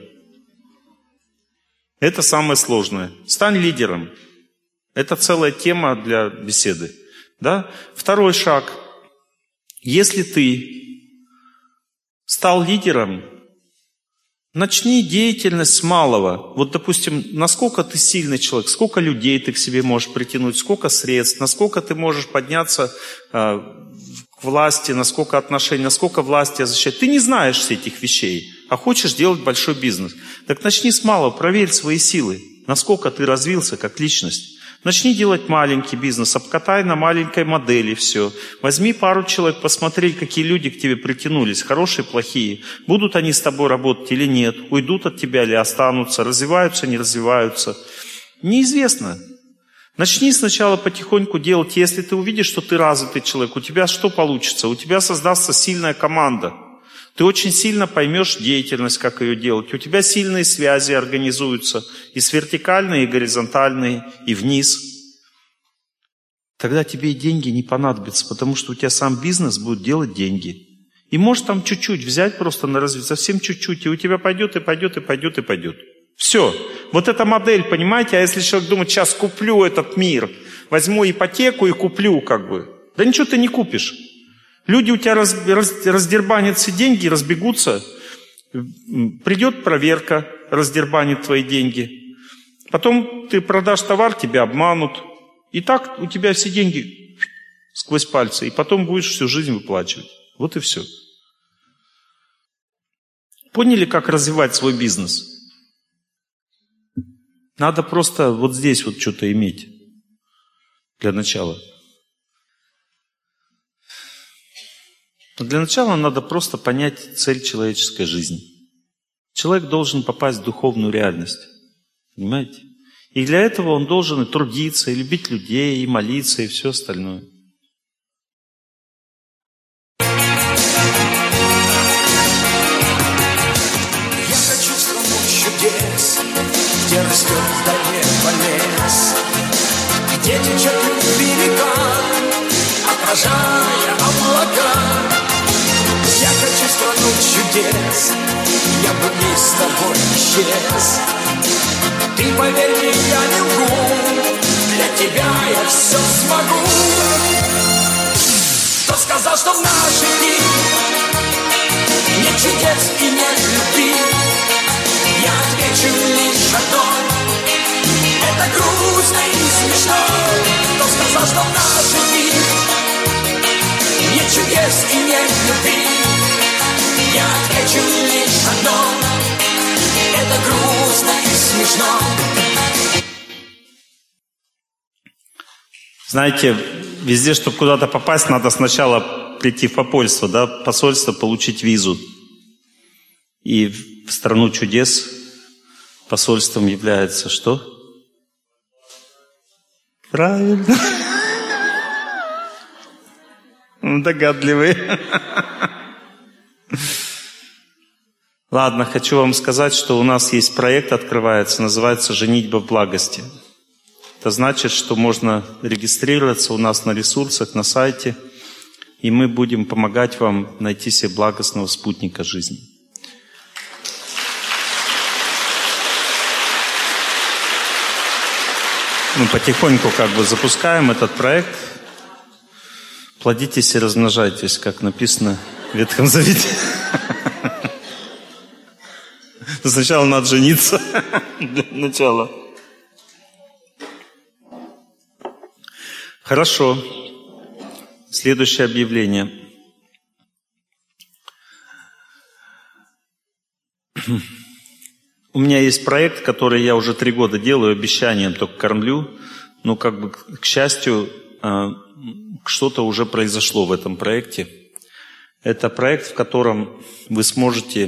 Это самое сложное. Стань лидером. Это целая тема для беседы. Да? Второй шаг. Если ты стал лидером, начни деятельность с малого. Вот, допустим, насколько ты сильный человек, сколько людей ты к себе можешь притянуть, сколько средств, насколько ты можешь подняться к власти, насколько отношений, насколько власть тебя защищает. Ты не знаешь всех этих вещей, а хочешь делать большой бизнес. Так начни с малого, проверь свои силы, насколько ты развился как личность. Начни делать маленький бизнес, обкатай на маленькой модели все. Возьми пару человек, посмотри, какие люди к тебе притянулись, хорошие, плохие. Будут они с тобой работать или нет, уйдут от тебя или останутся, развиваются, не развиваются. Неизвестно. Начни сначала потихоньку делать. Если ты увидишь, что ты развитый человек, у тебя что получится? У тебя создастся сильная команда. Ты очень сильно поймешь деятельность, как ее делать. У тебя сильные связи организуются, и с вертикальной, и горизонтальной, и вниз. Тогда тебе и деньги не понадобятся, потому что у тебя сам бизнес будет делать деньги. И можешь там чуть-чуть взять просто на развитие, совсем чуть-чуть, и у тебя пойдет, и пойдет, и пойдет, и пойдет. Все. Вот эта модель, понимаете? А если человек думает: сейчас куплю этот мир, возьму ипотеку и куплю как бы. Да ничего ты не купишь. Люди у тебя раздербанят все деньги, разбегутся. Придет проверка, раздербанит твои деньги. Потом ты продашь товар, тебя обманут. И так у тебя все деньги сквозь пальцы. И потом будешь всю жизнь выплачивать. Вот и все. Поняли, как развивать свой бизнес? Надо просто вот здесь вот что-то иметь для начала. Но для начала надо просто понять цель человеческой жизни. Человек должен попасть в духовную реальность. Понимаете? И для этого он должен и трудиться, и любить людей, и молиться, и все остальное. Я хочу в страну чудес, где растет вдали лес, где течет любви река, отражая облака. Я хочу страну чудес, я бы и с тобой исчез. Ты поверь мне, я не лгу, для тебя я все смогу. Кто сказал, что в наши дни нет чудес и нет любви? Я отвечу лишь одно: смешно. Кто сказал, что в наших мир нет чудес и нет любви? Я отвечу лишь одно: это грустно и смешно. Знаете, везде, чтобы куда-то попасть, надо сначала прийти в посольство, да, посольство, получить визу. И в страну чудес посольством является что? Правильно. Догадливые. Ладно, хочу вам сказать, что у нас есть проект, открывается, называется «Женитьба в благости». Это значит, что можно регистрироваться у нас на ресурсах, на сайте, и мы будем помогать вам найти себе благостного спутника жизни. Мы потихоньку как бы запускаем этот проект. Плодитесь и размножайтесь, как написано в Ветхом Завете. Сначала надо жениться. Для начала. Хорошо. Следующее объявление. У меня есть проект, который я уже 3 года делаю, обещанием только кормлю. Но как бы, к счастью, что-то уже произошло в этом проекте. Это проект, в котором вы сможете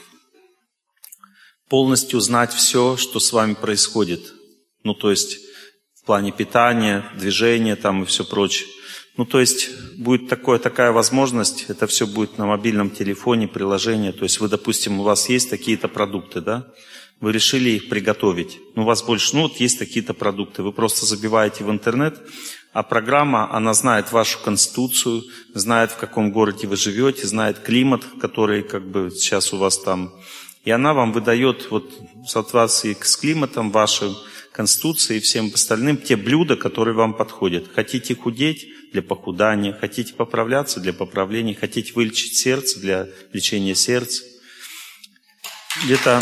полностью знать все, что с вами происходит. Ну, то есть в плане питания, движения там и все прочее. Ну, то есть будет такая возможность, это все будет на мобильном телефоне, приложение. То есть вы, допустим, у вас есть такие-то продукты, да? Вы решили их приготовить. Ну, у вас больше, вот есть такие-то продукты. Вы просто забиваете в интернет, а программа, она знает вашу конституцию, знает, в каком городе вы живете, знает климат, который как бы сейчас у вас там. И она вам выдает вот в соответствии с климатом, вашей конституции и всем остальным те блюда, которые вам подходят. Хотите худеть — для похудания, хотите поправляться — для поправления, хотите вылечить сердце — для лечения сердца. Где-то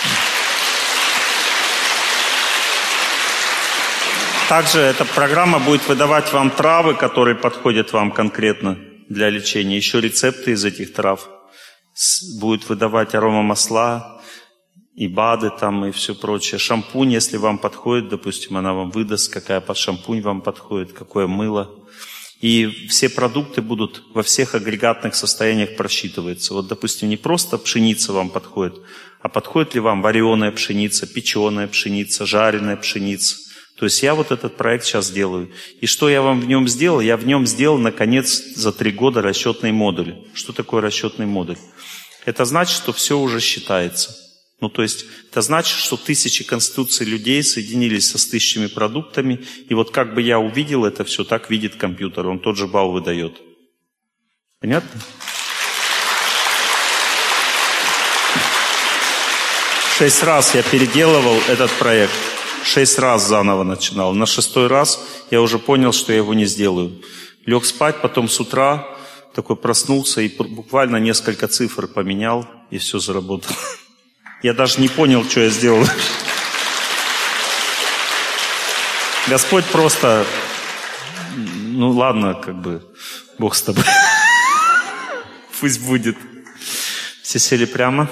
также эта программа будет выдавать вам травы, которые подходят вам конкретно для лечения. Еще рецепты из этих трав. Будет выдавать аромамасла, и БАДы там, и все прочее. Шампунь, если вам подходит, допустим, она вам выдаст, какая под шампунь вам подходит, какое мыло. И все продукты будут во всех агрегатных состояниях просчитываться. Вот, допустим, не просто пшеница вам подходит, а подходит ли вам вареная пшеница, печеная пшеница, жареная пшеница. То есть я вот этот проект сейчас делаю. И что я вам в нем сделал? Я в нем сделал, наконец, за 3 года расчетный модуль. Что такое расчетный модуль? Это значит, что все уже считается. Ну, то есть, это значит, что 1000 конституций людей соединились со 1000 продуктами, и вот как бы я увидел это все, так видит компьютер, он тот же балл выдает. Понятно? 6 раз я переделывал этот проект, 6 раз заново начинал. На 6-й раз я уже понял, что я его не сделаю. Лег спать, потом с утра такой проснулся и буквально несколько цифр поменял, и все заработало. Я даже не понял, что я сделал. Господь просто, ну ладно, как бы, Бог с тобой. Пусть будет. Все сели прямо.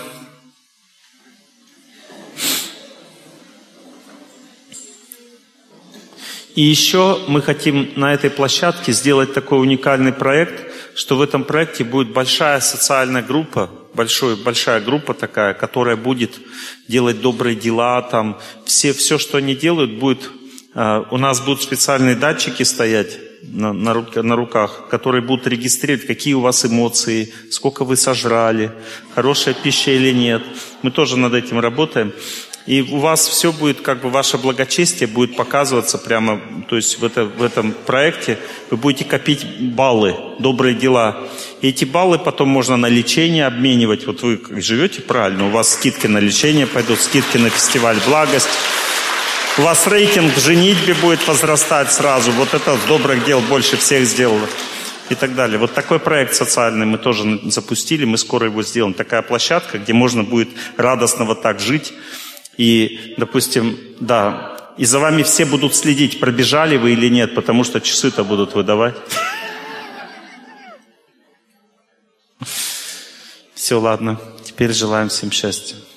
И еще мы хотим на этой площадке сделать такой уникальный проект, что в этом проекте будет большая социальная группа, большая группа такая, которая будет делать добрые дела, там, все, что они делают, будет, у нас будут специальные датчики стоять на руках, которые будут регистрировать, какие у вас эмоции, сколько вы сожрали, хорошая пища или нет. Мы тоже над этим работаем. И у вас все будет, как бы ваше благочестие будет показываться прямо, то есть в этом проекте вы будете копить баллы, добрые дела. И эти баллы потом можно на лечение обменивать. Вот вы живете правильно, у вас скидки на лечение пойдут, скидки на фестиваль «Благость». У вас рейтинг в женитьбе будет возрастать сразу. Вот это добрых дел больше всех сделало. И так далее. Вот такой проект социальный мы тоже запустили, мы скоро его сделаем. Такая площадка, где можно будет радостно вот так жить. И, допустим, да, И за вами все будут следить, пробежали вы или нет, потому что часы-то будут выдавать. Все, ладно. Теперь желаем всем счастья.